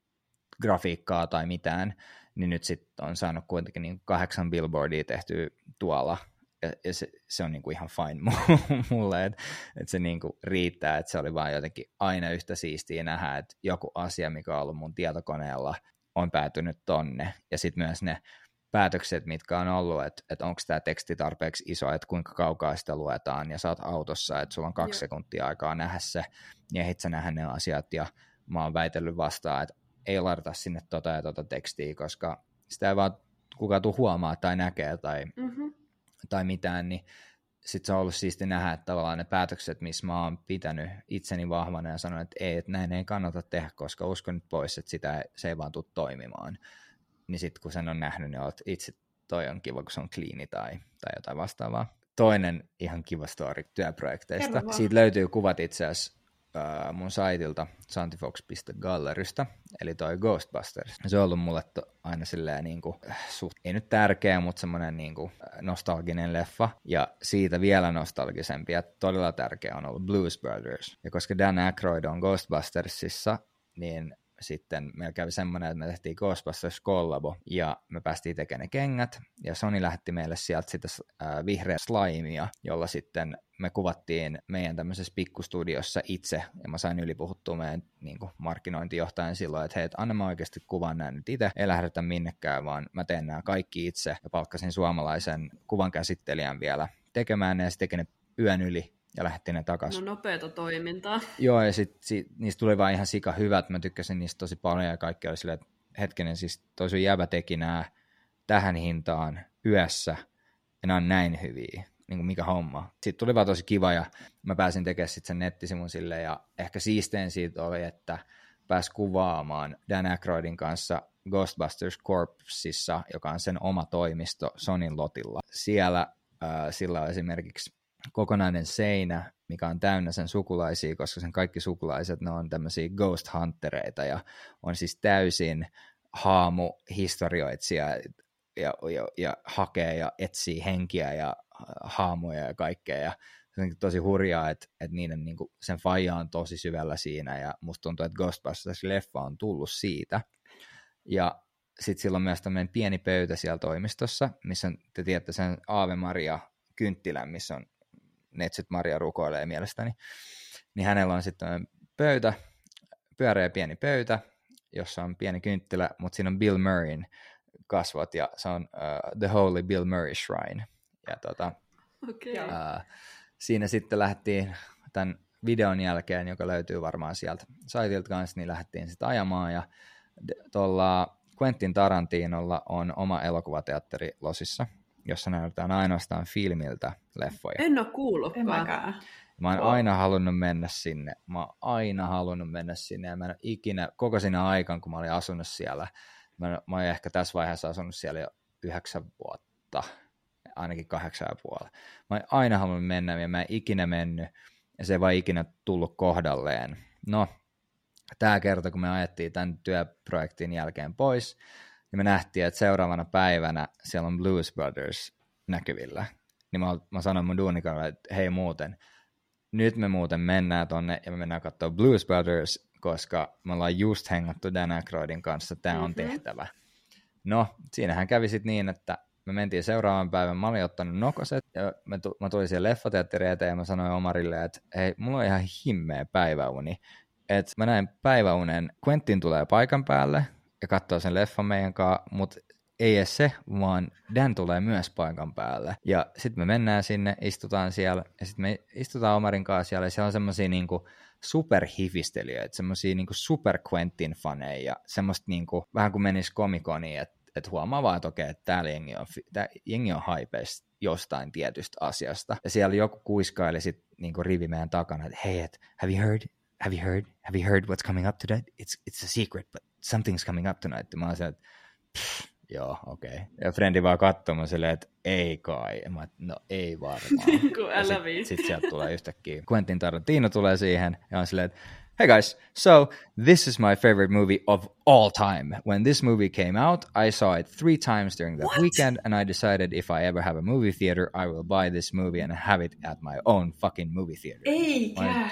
S2: grafiikkaa tai mitään, niin nyt sitten on saanut kuitenkin niin kahdeksan billboardia tehtyä tuolla, ja, ja se, se on niin kuin ihan fine mulle, että et se niin kuin riittää, että se oli vaan jotenkin aina yhtä siistiä nähdä, että joku asia, mikä on ollut mun tietokoneella, on päätynyt tonne, ja sitten myös ne päätökset, mitkä on ollut, että, että onko tämä teksti tarpeeksi iso, että kuinka kaukaa sitä luetaan, ja sä oot autossa, että sulla on kaksi Joo. sekuntia aikaa nähdä se, ja ehdit sä nähdä ne asiat, ja mä oon väitellyt vastaan, että ei laiteta sinne tota ja tota tekstiä, koska sitä ei vaan kukaan tule huomaa tai näkee tai, mm-hmm. tai mitään, niin sitten se on ollut siisti nähdä, että tavallaan ne päätökset, missä mä oon pitänyt itseni vahvana ja sanonut, että ei, että näin ei kannata tehdä, koska uskon nyt pois, että sitä, se ei vaan tule toimimaan. Niin sitten kun sen on nähnyt, niin olet itse, toi on kiva, kun se on cleani tai, tai jotain vastaavaa. Toinen ihan kiva story työprojekteista. Siitä löytyy kuvat itse asiassa mun saitilta santifox piste gallerystä, eli toi Ghostbusters. Se on ollut mulle to, aina silleen niin kuin, suht, ei nyt tärkeä, mutta semmoinen niin kuin nostalginen leffa, ja siitä vielä nostalgisempi ja todella tärkeä on ollut Blues Brothers. Ja koska Dan Aykroyd on Ghostbustersissa, niin sitten meillä kävi semmoinen, että me tehtiin Ghostbusters kollabo, ja me päästiin tekemään ne kengät, ja Sony lähetti meille sieltä sitä äh, vihreä slimea, jolla sitten me kuvattiin meidän tämmöisessä pikkustudiossa itse, ja mä sain ylipuhuttua meidän niin kuin markkinointijohtajan silloin, että hei, et anna mä oikeasti kuvan näin nyt itse, ei lähdetä minnekään, vaan mä teen nämä kaikki itse, ja palkkasin suomalaisen kuvan käsittelijän vielä tekemään ne, ja sitten teki ne yön yli, ja lähetti ne takaisin.
S1: No nopeata toimintaa.
S2: Joo, ja sitten sit, niistä tuli vaan ihan sika hyvät, mä tykkäsin niistä tosi paljon, ja kaikki oli silleen, että hetkinen, siis toi sun jäbä teki nää tähän hintaan yössä, ja nämä on näin hyviä, niin kuin mikä homma. Sitten tuli vaan tosi kiva, ja mä pääsin tekemään sitten sen nettisivun silleen, ja ehkä siistein siitä oli, että pääsi kuvaamaan Dan Aykroydin kanssa Ghostbusters Corpsissa, joka on sen oma toimisto Sonyn lotilla. Siellä äh, sillä on esimerkiksi kokonainen seinä, mikä on täynnä sen sukulaisia, koska sen kaikki sukulaiset, ne on tämmöisiä ghost huntereita ja on siis täysin haamuhistorioitsija ja, ja, ja hakee ja etsii henkiä ja haamuja ja kaikkea. Ja se on tosi hurjaa, että, että niiden, niin kuin, sen faija on tosi syvällä siinä ja musta tuntuu, että Ghostbusters-leffa on tullut siitä. Ja sitten sillä on myös tämmöinen pieni pöytä siellä toimistossa, missä te tiedätte sen Aave Maria kynttilän, missä on Neitsyt Maria rukoilee mielestäni, niin hänellä on sitten pöytä, pyöreä pieni pöytä, jossa on pieni kynttilä, mutta siinä on Bill Murrayn kasvot, ja se on uh, The Holy Bill Murray Shrine. Ja tota,
S1: okay.
S2: uh, siinä sitten lähdettiin tämän videon jälkeen, joka löytyy varmaan sieltä saitilta kanssa, niin lähdettiin sitten ajamaan, ja tuolla Quentin Tarantinolla on oma elokuvateatteri Losissa, jossa näytetään ainoastaan filmiltä leffoja.
S1: En ole kuullutkaan.
S2: Mä oon aina halunnut mennä sinne. Mä oon aina halunnut mennä sinne, ja mä en ole ikinä, koko siinä aikaan, kun mä olin asunut siellä, mä, mä oon ehkä tässä vaiheessa asunut siellä jo yhdeksän vuotta, ainakin kahdeksan ja puoli. Mä oon aina halunnut mennä, ja mä en ikinä mennyt, ja se ei vaan ikinä tullut kohdalleen. No, tämä kerta, kun me ajettiin tämän työprojektin jälkeen pois, niin me nähtiin, että seuraavana päivänä siellä on Blues Brothers näkyvillä. Niin mä, mä sanoin mun duunikalle, että hei muuten, nyt me muuten mennään tonne ja me mennään katsoa Blues Brothers, koska me ollaan just hengattu Dan Aykroydin kanssa, tämä on mm-hmm. tehtävä. No, siinähän kävi sitten niin, että me mentiin seuraavan päivän, mä olin ottanut nokoset, ja mä, tu- mä tulin siihen leffateatteriin eteen, ja mä sanoin Omarille, että hei, mulla on ihan himmeä päiväuni, että mä näin päiväunen, Quentin tulee paikan päälle, ja katsoo sen leffan meidän kanssa, mutta ei edes se, vaan Dan tulee myös paikan päälle. Ja sitten me mennään sinne, istutaan siellä, ja sitten me istutaan Omarin kanssa siellä, ja siellä on semmosia niinku superhifistelijöitä, semmosia niinku super Quentin-faneja, ja semmoista niinku, vähän kuin menisi komikoniin, että et huomaa vaan, että okei, että täällä jengi on, tää jengi on hypeista jostain tietystä asiasta. Ja siellä joku kuiskaili sitten niinku rivi meidän takana, että hei, et, have you heard? Have you heard? Have you heard what's coming up tonight? It's, it's a secret, but something's coming up tonight. Ja mä oon että joo, okei. Okay. Ja frendi vaan katsoo mä silleen, että ei kai. Ja mä oon, no ei varmaan. Sitten sit sieltä tulee yhtäkkiä. Quentin Tarantino tulee siihen ja on silleen, että hey guys, so this is my favorite movie of all time. When this movie came out, I saw it three times during that What? weekend, and I decided if I ever have a movie theater, I will buy this movie and have it at my own fucking movie theater.
S3: Eikä.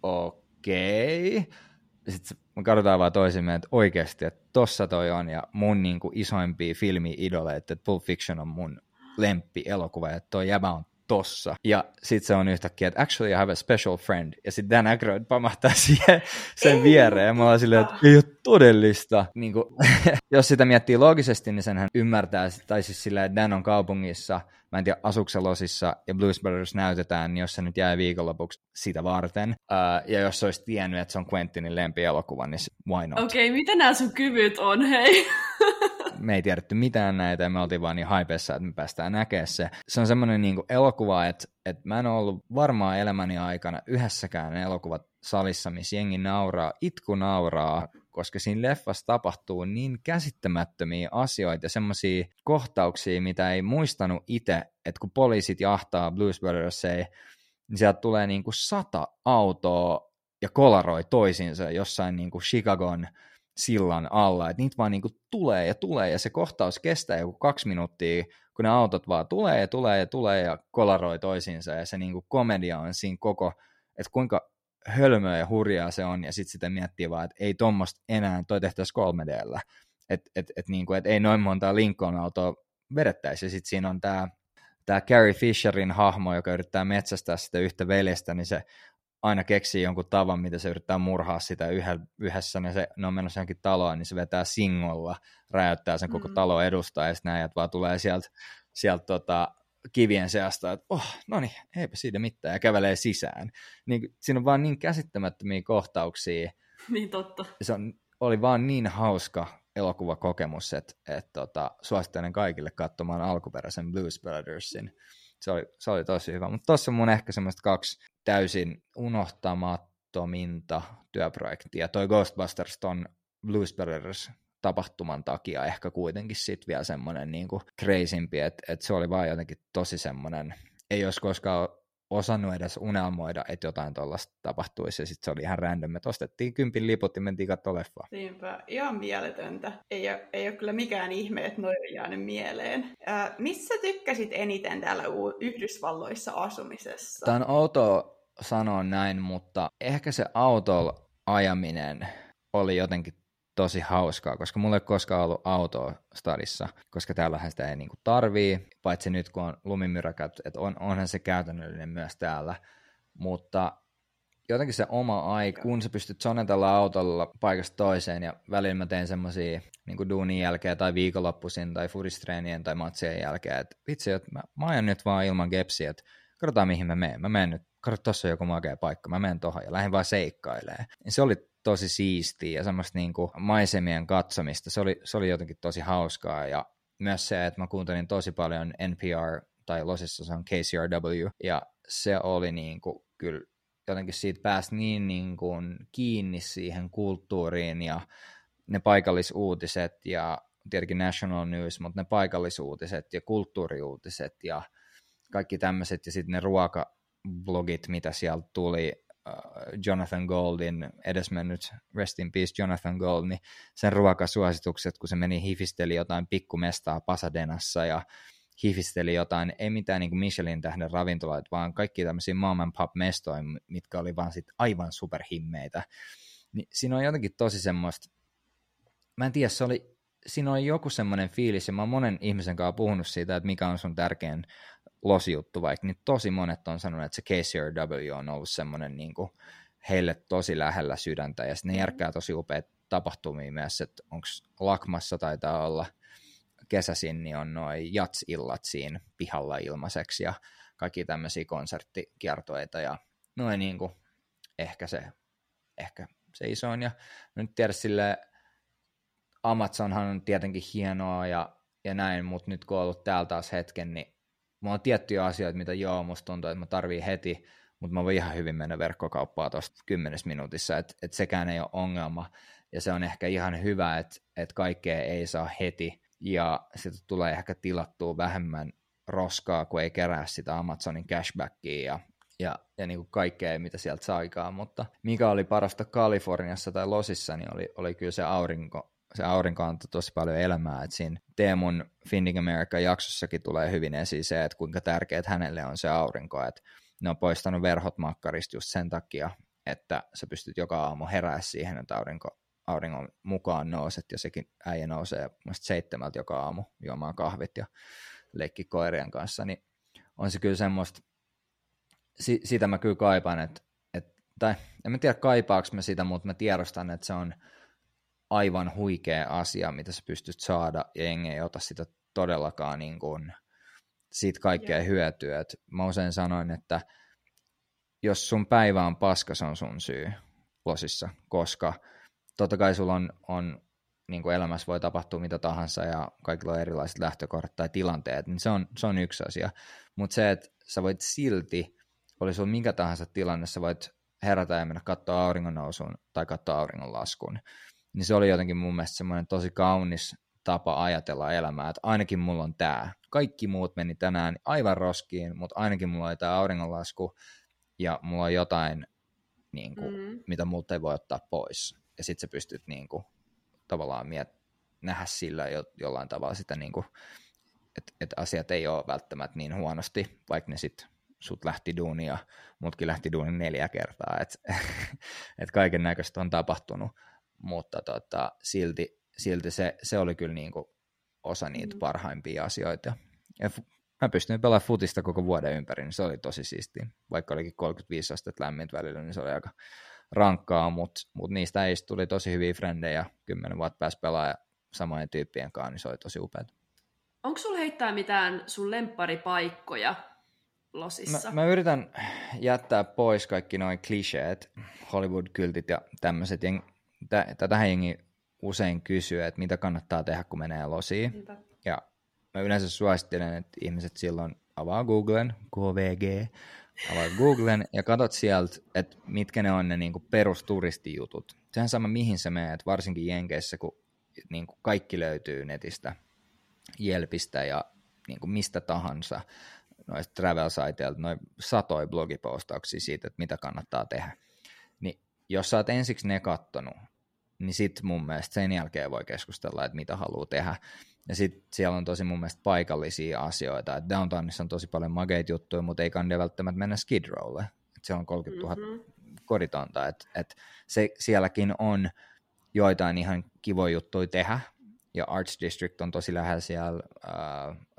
S2: Okei. Okay. Sitten me katsotaan vaan toisimme, että oikeasti, että tossa toi on, ja mun niin kuin isoimpia filmi-idoleita, että Pulp Fiction on mun lemppi-elokuva, että toi jäbä on tossa. Ja sit se on yhtäkkiä, että actually I have a special friend. Ja sit Dan Aykroyd pamahtaa siihen sen ei, viereen. Ja mä oon silleen, että ei ole todellista. Niin kuin, jos sitä miettii loogisesti, niin senhän ymmärtää. Tai siis silleen, että Dan on kaupungissa, mä en tiedä, Asuksella ja Blues Brothers näytetään, niin jos se nyt jäi viikonlopuksi sitä varten. Uh, ja jos se olisi tiennyt, että se on Quentinin lempielokuva, niin why not?
S1: Okei, okay, mitä nämä sun kyvyt on, hei?
S2: Me ei tiedetty mitään näitä, ja me oltiin vaan niin hypeessa, että me päästään näkemään se. Se on semmoinen niin kuin elokuva, että, että mä en ollut varmaan elämäni aikana yhdessäkään elokuvasalissa, missä jengi nauraa, itku nauraa, koska siinä leffassa tapahtuu niin käsittämättömiä asioita ja semmoisia kohtauksia, mitä ei muistanut itse, että kun poliisit jahtaa Blues Brothersia, niin sieltä tulee niin kuin sata autoa ja kolaroi toisinsa jossain niin kuin Chicagon sillan alla, että niitä vaan niinku tulee ja tulee, ja se kohtaus kestää joku kaksi minuuttia, kun ne autot vaan tulee ja tulee ja tulee ja kolaroi toisiinsa, ja se niinku komedia on siinä koko, että kuinka hölmöä ja hurjaa se on, ja sitten sitä miettii vaan, että ei tommoista enää, toi tehtäisiin kolme D:llä, että et, et niinku, et ei noin montaa Lincoln-autoa vedettäisi, ja sitten siinä on tämä tää Carrie Fisherin hahmo, joka yrittää metsästää sitä yhtä veljestä, niin se aina keksii jonkun tavan, mitä se yrittää murhaa sitä yhdessä, ja se, ne on menossa johonkin taloon, niin se vetää singolla, räjäyttää sen koko talon edustaa, ja sitten näijät vaan tulee sieltä, sieltä tota, kivien seasta, että oh, no niin, eipä siitä mitään, ja kävelee sisään. Niin, siinä on vaan niin käsittämättömiä kohtauksia.
S1: Niin totta.
S2: Se on, oli vaan niin hauska elokuvakokemus, että et, tota, suosittelen kaikille katsomaan alkuperäisen Blues Brothersin. Se oli, se oli tosi hyvä, mutta tuossa on mun ehkä semmoista kaksi täysin unohtamattominta työprojektia. Toi Ghostbusters ton Blues Brothers tapahtuman takia ehkä kuitenkin sit vielä semmoinen niinku crazympi, että et se oli vaan jotenkin tosi semmoinen, ei olisi koskaan osannut edes unelmoida, että jotain tuollaista tapahtuisi, ja sitten se oli ihan random, me ostettiin kympin liput ja mentiin katsomaan leffaa.
S3: Niinpä, ihan mieletöntä. Ei ole, ei ole kyllä mikään ihme, että noin on jäänyt mieleen. Ää, missä tykkäsit eniten täällä Yhdysvalloissa asumisessa?
S2: Tämä on outoa sanoa näin, mutta ehkä se autolla ajaminen oli jotenkin tosi hauskaa, koska mulla ei koskaan ollut autoa stadissa, koska täällähän sitä ei niinku tarvii, paitsi nyt kun on lumimyräkät, että on, onhan se käytännöllinen myös täällä, mutta jotenkin se oma aika, kun sä pystyt sonetella autolla paikasta toiseen, ja välillä mä teen semmosia niin kuin duunin jälkeen tai viikonloppuisin tai furistreenien tai matsien jälkeen, että vitsi, että mä, mä ajan nyt vaan ilman gepsiä, että katsotaan mihin mä menen. Mä menen nyt, katso, tossa on joku makea paikka, mä menen tohon ja lähden vaan seikkailemaan. Ja se oli tosi siistiä ja semmoista niin kuin maisemien katsomista, se oli, se oli jotenkin tosi hauskaa, ja myös se, että mä kuuntelin tosi paljon N P R, tai Losissa se on K C R W, ja se oli niin kuin kyllä jotenkin siitä pääsi niin, niin kuin kiinni siihen kulttuuriin ja ne paikallisuutiset ja tietenkin National News, mutta ne paikallisuutiset ja kulttuuriuutiset ja kaikki tämmöiset ja sitten ne ruokablogit, mitä sieltä tuli, uh, Jonathan Goldin, edesmennyt Rest in Peace Jonathan Gold, niin sen ruokasuositukset, kun se meni hifisteli jotain pikkumestaa Pasadenassa ja hifisteli jotain, ei mitään niin kuin Michelin tähden ravintoloita, vaan kaikki tämmöisiä mom and pop mestoja, mitkä oli vaan sit aivan superhimmeitä. Niin siinä on jotenkin tosi semmoista, mä en tiedä, se oli, siinä oli joku semmoinen fiilis, ja mä oon monen ihmisen kanssa puhunut siitä, että mikä on sun tärkein losijuttu vaikka, niin tosi monet on sanonut, että se K C R W on ollut semmoinen niin kuin heille tosi lähellä sydäntä, ja sitten ne järkkää tosi upeat tapahtumia myös, että onko Lakmassa taitaa olla kesäisin, niin on noin jats-illat siinä pihalla ilmaiseksi ja kaikki tämmöisiä konserttikiertoita ja noin niin kuin ehkä se, ehkä se isoin. Ja nyt tiedä silleen, Amazonhan on tietenkin hienoa ja, ja näin, mutta nyt kun on ollut täällä taas hetken, niin mulla on tiettyjä asioita, mitä joo, musta tuntuu, että mä tarviin heti, mutta mä voin ihan hyvin mennä verkkokauppaan tuosta kymmenessä minuutissa, että et sekään ei ole ongelma. Ja se on ehkä ihan hyvä, että et kaikkea ei saa heti, ja sitten tulee ehkä tilattua vähemmän roskaa, kun ei kerää sitä Amazonin cashbackia ja, ja, ja niin kuin kaikkea, mitä sieltä saikaan. Mutta mikä oli parasta Kaliforniassa tai Losissa, niin oli, oli kyllä se aurinko. Se aurinko antoi tosi paljon elämää. Että siinä Teemun Finding America-jaksossakin tulee hyvin esiin se, että kuinka tärkeää hänelle on se aurinko. Että ne on poistanut verhot makkarista just sen takia, että sä pystyt joka aamu herää siihen, että aurinko auringon mukaan nouset, ja sekin äijä nousee seitsemältä joka aamu juomaan kahvit ja leikki koirien kanssa, niin on se kyllä semmoista, si- sitä mä kyllä kaipaan, että, et, tai en mä tiedä kaipaaks mä sitä, mutta mä tiedostan, että se on aivan huikea asia, mitä sä pystyt saada, ja jengi ei ota sitä todellakaan niin kuin, siitä kaikkea yeah. hyötyä. Et mä usein sanoin, että jos sun päivä on paska, se on sun syy Losissa, koska totta kai sulla on, on niin kuin elämässä voi tapahtua mitä tahansa ja kaikilla on erilaiset lähtökohdat tai tilanteet, niin se on, se on yksi asia. Mutta se, että sä voit silti, oli sulla mikä tahansa tilanne, sä voit herätä ja mennä katsoa auringon nousun tai katsoa auringon laskun, niin se oli jotenkin mun mielestä semmoinen tosi kaunis tapa ajatella elämää, että ainakin mulla on tää. Kaikki muut meni tänään aivan roskiin, mutta ainakin mulla oli tää auringonlasku ja mulla on jotain, niin kuin, mm. mitä multa ei voi ottaa pois. Ja sit sä pystyt niin kuin, tavallaan miet- nähdä sillä jo- jollain tavalla sitä, niin kuin, että et asiat ei ole välttämättä niin huonosti, vaikka ne sit sut lähti duuniin ja mutkin lähti duuniin neljä kertaa, että et kaiken näköistä on tapahtunut, mutta tota, silti, silti se, se oli kyllä niin kuin osa niitä mm. parhaimpia asioita. Ja f- mä pystyin pelaamaan futista koko vuoden ympäri, niin se oli tosi siistiä. Vaikka olikin kolmekymmentäviisi astetta lämmintä välillä, niin se oli aika rankkaa, mutta mut niistä ei tuli tosi hyviä frendejä, kymmenen vuotta pääsi pelaamaan samojen tyyppien kanssa, niin se oli tosi upeata.
S1: Onko sulla heittää mitään sun lempparipaikkoja Losissa?
S2: Mä, mä yritän jättää pois kaikki noin kliseet, Hollywood-kyltit ja tämmöiset. Tätähän jengi usein kysyy, että mitä kannattaa tehdä, kun menee Losiin. Mitä? Ja mä yleensä suosittelen, että ihmiset silloin avaa Googlen, K V G, avaa Googlen ja katsot sieltä, että mitkä ne on ne niinku perusturistajutut. Sehän sama mihin sä menet, varsinkin Jenkeissä, kun niinku kaikki löytyy netistä, Jelpistä ja niinku mistä tahansa, noista travel-saiteilta, noin satoi blogipostauksia siitä, että mitä kannattaa tehdä. Niin jos sä oot ensiksi ne kattonut, niin sit mun mielestä sen jälkeen voi keskustella, että mitä haluaa tehdä. Ja sit siellä on tosi mun mielestä paikallisia asioita. Et Downtownissa on tosi paljon mageita juttuja, mutta ei kannata välttämättä mennä Skid Rowlle. Et siellä on kolmekymmentätuhatta mm-hmm. koritonta. Et, et se, sielläkin on joitain ihan kivoja juttuja tehdä. Ja Arts District on tosi lähellä siellä. Uh,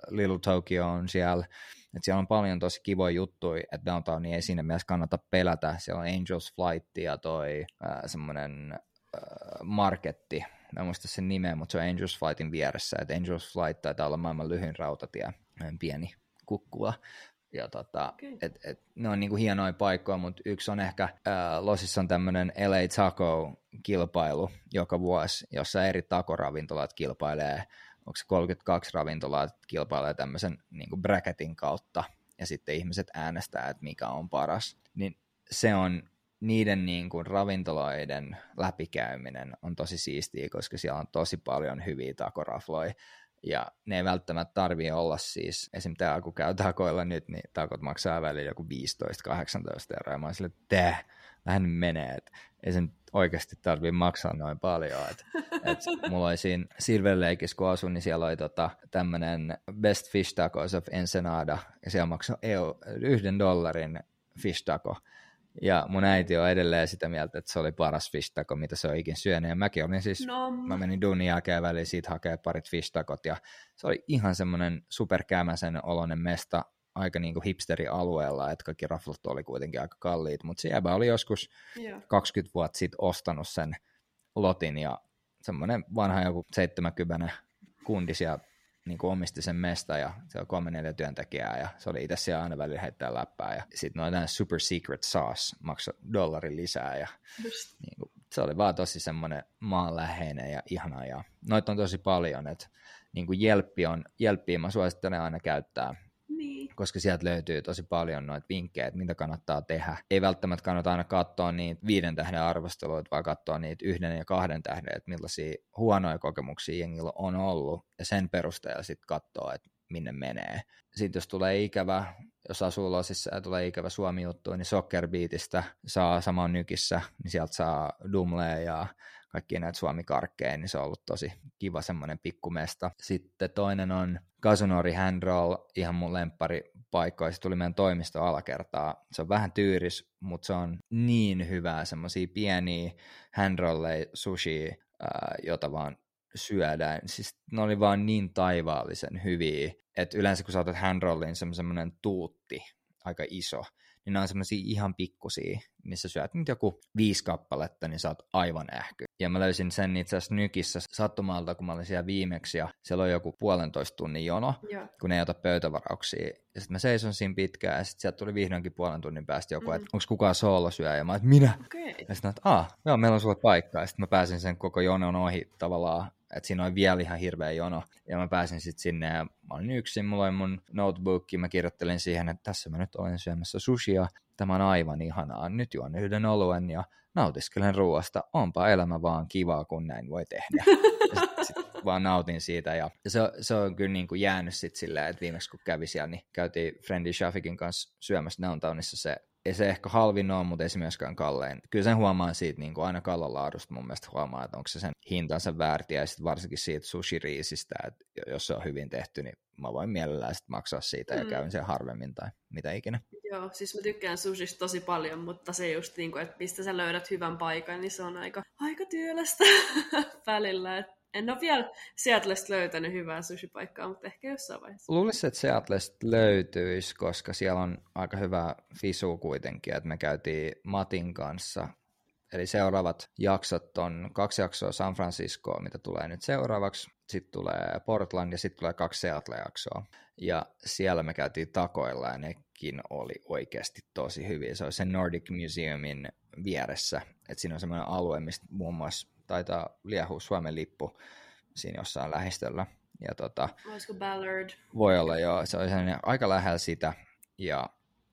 S2: Little Tokyo on siellä. Et siellä on paljon tosi kivoja juttuja, että Downtownia ei siinä mielessä kannata pelätä. Siellä on Angels Flight ja toi äh, semmoinen äh, marketti. Mä en muista sen nimeä, mutta se on Angels Flightin vieressä. Et Angels Flight taitaa olla maailman lyhyin rautatie, pieni kukkula. Ja tota, okay. et, et, ne on niinku hienoja paikkoja, mutta yksi on ehkä, ää, Losissa on tämmöinen L A Taco-kilpailu joka vuosi, jossa eri takoravintolat kilpailee, onko se kolmekymmentäkaksi ravintolaa kilpailee tämmöisen niinku bracketin kautta, ja sitten ihmiset äänestää, että mikä on paras. Niin se on niiden niinku ravintoloiden läpikäyminen on tosi siistiä, koska siellä on tosi paljon hyviä takorafloja. Ja ne ei välttämättä tarvitse olla siis, esim. Tää kun käy takoilla nyt, niin takot maksaa välillä joku viisitoista kahdeksantoista euroa. Ja mä oon silleen, että tää, vähän menee, että ei sen oikeasti tarvitse maksaa noin paljon. Et, et mulla oli siinä Silver Lakeissa, kun asuin, niin siellä oli tota, tämmönen Best Fish Tacos of Ensenada, ja siellä maksoi EU, yhden dollarin fish taco. Ja mun äiti on edelleen sitä mieltä, että se oli paras fish taco, mitä se on ikin syönyt. Ja mäkin olin siis, no. mä menin duunin jälkeen väliin siitä hakea parit fish tacot. Ja se oli ihan semmoinen superkämäsen oloinen mesta aika niinku hipsteri-alueella, että kaikki raflut oli kuitenkin aika kalliit. Mutta se jäbä oli joskus yeah. kaksikymmentä vuotta sitten ostanut sen lotin ja semmoinen vanha joku seitsemänkymmentä kundisia niin kuin omisti sen mesta ja se on kolme neljä työntekijää ja se oli itse siellä aina välillä heittää läppää ja sitten noin super secret sauce maksoi dollarin lisää ja niin kuin, se oli vaan tosi semmoinen maanläheinen ja ihana ja noita on tosi paljon, että niin kuin Jelppi on, Jelppiä mä suosittelen aina käyttää, niin. Koska sieltä löytyy tosi paljon noita vinkkejä, että mitä kannattaa tehdä. Ei välttämättä kannata aina katsoa niitä viiden tähden arvosteluita, vaan katsoa niitä yhden ja kahden tähden, että millaisia huonoja kokemuksia jengillä on ollut, ja sen perusteella sitten katsoa, että minne menee. Sitten jos tulee ikävä, jos asuu Losissa ja tulee ikävä Suomi-juttu, niin Soccer Beatistä saa saman nykissä, niin sieltä saa Dumlea ja kaikki näitä Suomi-karkkeja, niin se on ollut tosi kiva semmoinen pikkumesta. Sitten toinen on Kazunori Handroll, ihan mun lempparipaikkoja. Se tuli meidän toimisto alakertaa. Se on vähän tyyris, mutta se on niin hyvää, semmoisia pieniä handrolleja, sushia, ää, jota vaan syödään. Siis ne oli vaan niin taivaallisen hyviä, että yleensä kun sä otat handrollin, se on semmoinen tuutti, aika iso, niin ne on semmoisia ihan pikkusia, missä syöt nyt joku viisi kappaletta, niin sä oot aivan ähky. Ja mä löysin sen itse asiassa Nykissä sattumalta, kun mä olin siellä viimeksi, ja siellä on joku puolentoista tunnin jono, ja. kun ne ei ota pöytävarauksia. Ja sitten mä seison siinä pitkään, ja sitten sieltä tuli vihdoinkin puolen tunnin päästä joku, mm. että onko kukaan soolosyöjä? Ja mä että minä? Okay. Ja sitten että aah, joo, meillä on sulle paikkaa. Ja sitten mä pääsin sen koko jonon ohi tavallaan, että siinä oli vielä ihan hirveä jono. Ja mä pääsin sitten sinne, ja mä olin yksin, mulla oli mun notebookki, mä kirjoittelin siihen, että tässä mä nyt olen syömässä sushia. Tämä on aivan ihanaa. Nyt juon yhden oluen ja nautiskelen ruoasta. Onpa elämä vaan kivaa, kun näin voi tehdä. Ja sit, sit vaan nautin siitä. Ja, ja se, se on kyllä niin kuin jäänyt sitten silleen, että viimeksi kun kävi siellä, niin käytiin Friendly Shafikin kanssa syömässä Downtownissa. Se, ei se ehkä halvin ole, mutta ei se myöskään kallein. Kyllä sen huomaa siitä niin kuin aina kallan laadusta mun mielestä huomaa, että onko se sen hintansa väärti. Ja sitten varsinkin siitä sushi-riisistä, että jos se on hyvin tehty, niin mä voin mielellään sit maksaa siitä ja mm. käyn sen harvemmin tai mitä ikinä.
S1: Joo, siis mä tykkään sushista tosi paljon, mutta se just niin kuin, että mistä sä löydät hyvän paikan, niin se on aika, aika työlästä välillä. Et en ole vielä Seattlesta löytänyt hyvää sushipaikkaa, mutta ehkä jossain vaiheessa.
S2: Luulisin, että Seattlesta löytyisi, koska siellä on aika hyvä fisu kuitenkin, että me käytiin Matin kanssa. Eli seuraavat jaksot on kaksi jaksoa San Franciscoa, mitä tulee nyt seuraavaksi. Sitten tulee Portland ja sitten tulee kaksi Seattle-jaksoa. Ja siellä me käytiin takoilla ja nekin oli oikeasti tosi hyviä. Se on sen Nordic Museumin vieressä. Et siinä on semmoinen alue, mistä muun muassa taitaa liehua Suomen lippu siinä jossain lähistöllä. Ja tota,
S1: olisiko Ballard?
S2: Voi olla joo. Se oli aika lähellä sitä ja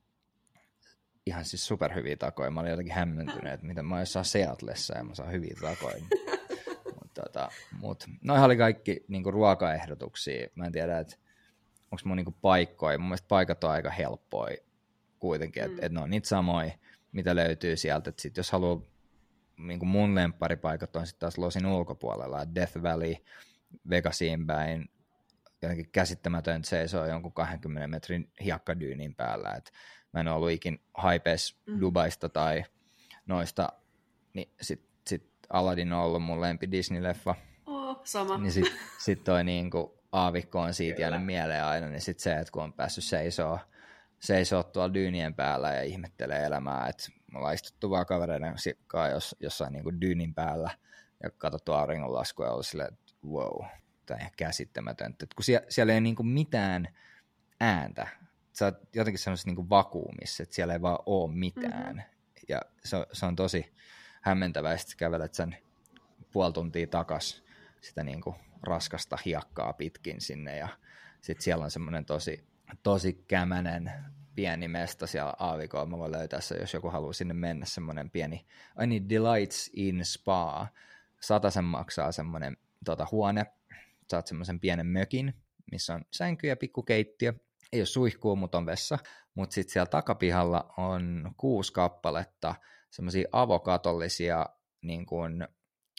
S2: ihan siis superhyviä takoja. Mä olin jotenkin hämmentynyt, että miten mä jossain Seattlessa ja mä saan hyviä takoja. Mut, tota, mut, noihan oli kaikki niinku ruokaehdotuksia. Mä en tiedä, että onko mun niinku paikkoja. Mun mielestä paikat on aika helppoja kuitenkin, että mm. et ne on niitä samoja, mitä löytyy sieltä. Et sit jos haluaa, niinku mun lempparipaikat on sitten taas Losin ulkopuolella, Death Valley, Vegasiin päin, jotenkin käsittämätöntä seisoo jonkun kahdenkymmenen metrin hiekkadyynin päällä, että mä en ollut ikin haipes mm. Dubaista tai noista, niin sit, sit Aladdin on ollut mun lempi Disney-leffa.
S1: Oh, sama.
S2: Niin sit, sit toi niinku aavikko on siitä
S3: Kyllä.
S2: jäänyt mieleen aina, niin sitten se, että kun on päässyt seisoo, seisoo tuolla dyynien päällä ja ihmettelee elämää, että me ollaan istuttu vaan kavereiden kanssa jos, jossain niin kuin dyynin päällä ja katsottu auringonlaskua ja ollut silleen, että wow, tämä on ihan käsittämätöntä. Että kun siellä, siellä ei ole niin kuin mitään ääntä, sä oot jotenkin sellaisessa niin kuin vakuumissa, että siellä ei vaan ole mitään. Mm-hmm. Ja se on, se on tosi hämmentävää, että kävelet sen puoli tuntia takas sitä niin kuin raskasta hiekkaa pitkin sinne ja sitten siellä on semmoinen tosi, tosi kämänen pieni mesta siellä aavikolla. Mä voin löytää se, jos joku haluaa sinne mennä, semmoinen pieni, ai niin, Delights in Spa. Satasen maksaa semmoinen tota, huone. Saat semmoisen pienen mökin, missä on sänky ja pikkukeittiö. Ei ole suihkua, mutta on vessa. Mutta sitten siellä takapihalla on kuusi kappaletta semmoisia avokatollisia niin kuin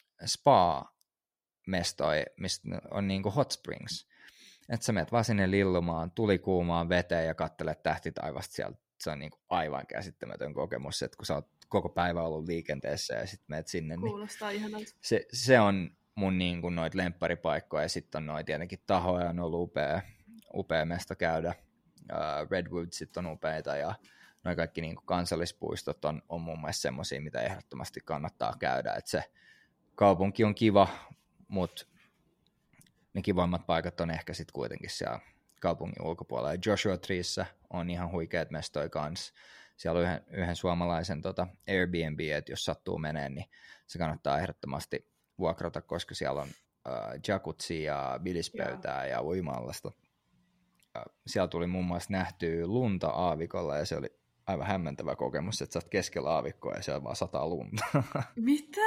S2: spa-mestoja, mistä on niin kuin hot springs. Että sä menet vaan sinne lillumaan, tulikuumaan veteen ja katselet tähtitaivasta sieltä. Se on niin kuin aivan käsittämätön kokemus, että kun sä oot koko päivä ollut liikenteessä ja sitten menet sinne.
S1: Kuulostaa
S2: niin
S1: ihanalta.
S2: Se, se on mun niin kuin noita lempparipaikkoja ja sitten on noita tietenkin tahoja, on ollut upea, upea mesta käydä. Uh, Redwoodsit on upeita ja noi kaikki niin kuin kansallispuistot on, on mun mielestä semmosia, mitä ehdottomasti kannattaa käydä. Et se kaupunki on kiva, mutta ne kivimmat paikat on ehkä sitten kuitenkin siellä kaupungin ulkopuolella. Joshua Treessa on ihan huikeat mestoja kanssa. Siellä on yhden, yhden suomalaisen tota Airbnb, että jos sattuu meneen, niin se kannattaa ehdottomasti vuokrata, koska siellä on uh, jacuzzi ja bilispöytää ja uima-allasta. Uh, siellä tuli muun muassa nähtyä lunta aavikolla ja se oli aivan hämmentävä kokemus, että sä oot keskellä aavikkoa ja siellä vaan sataa lunta.
S1: Mitä?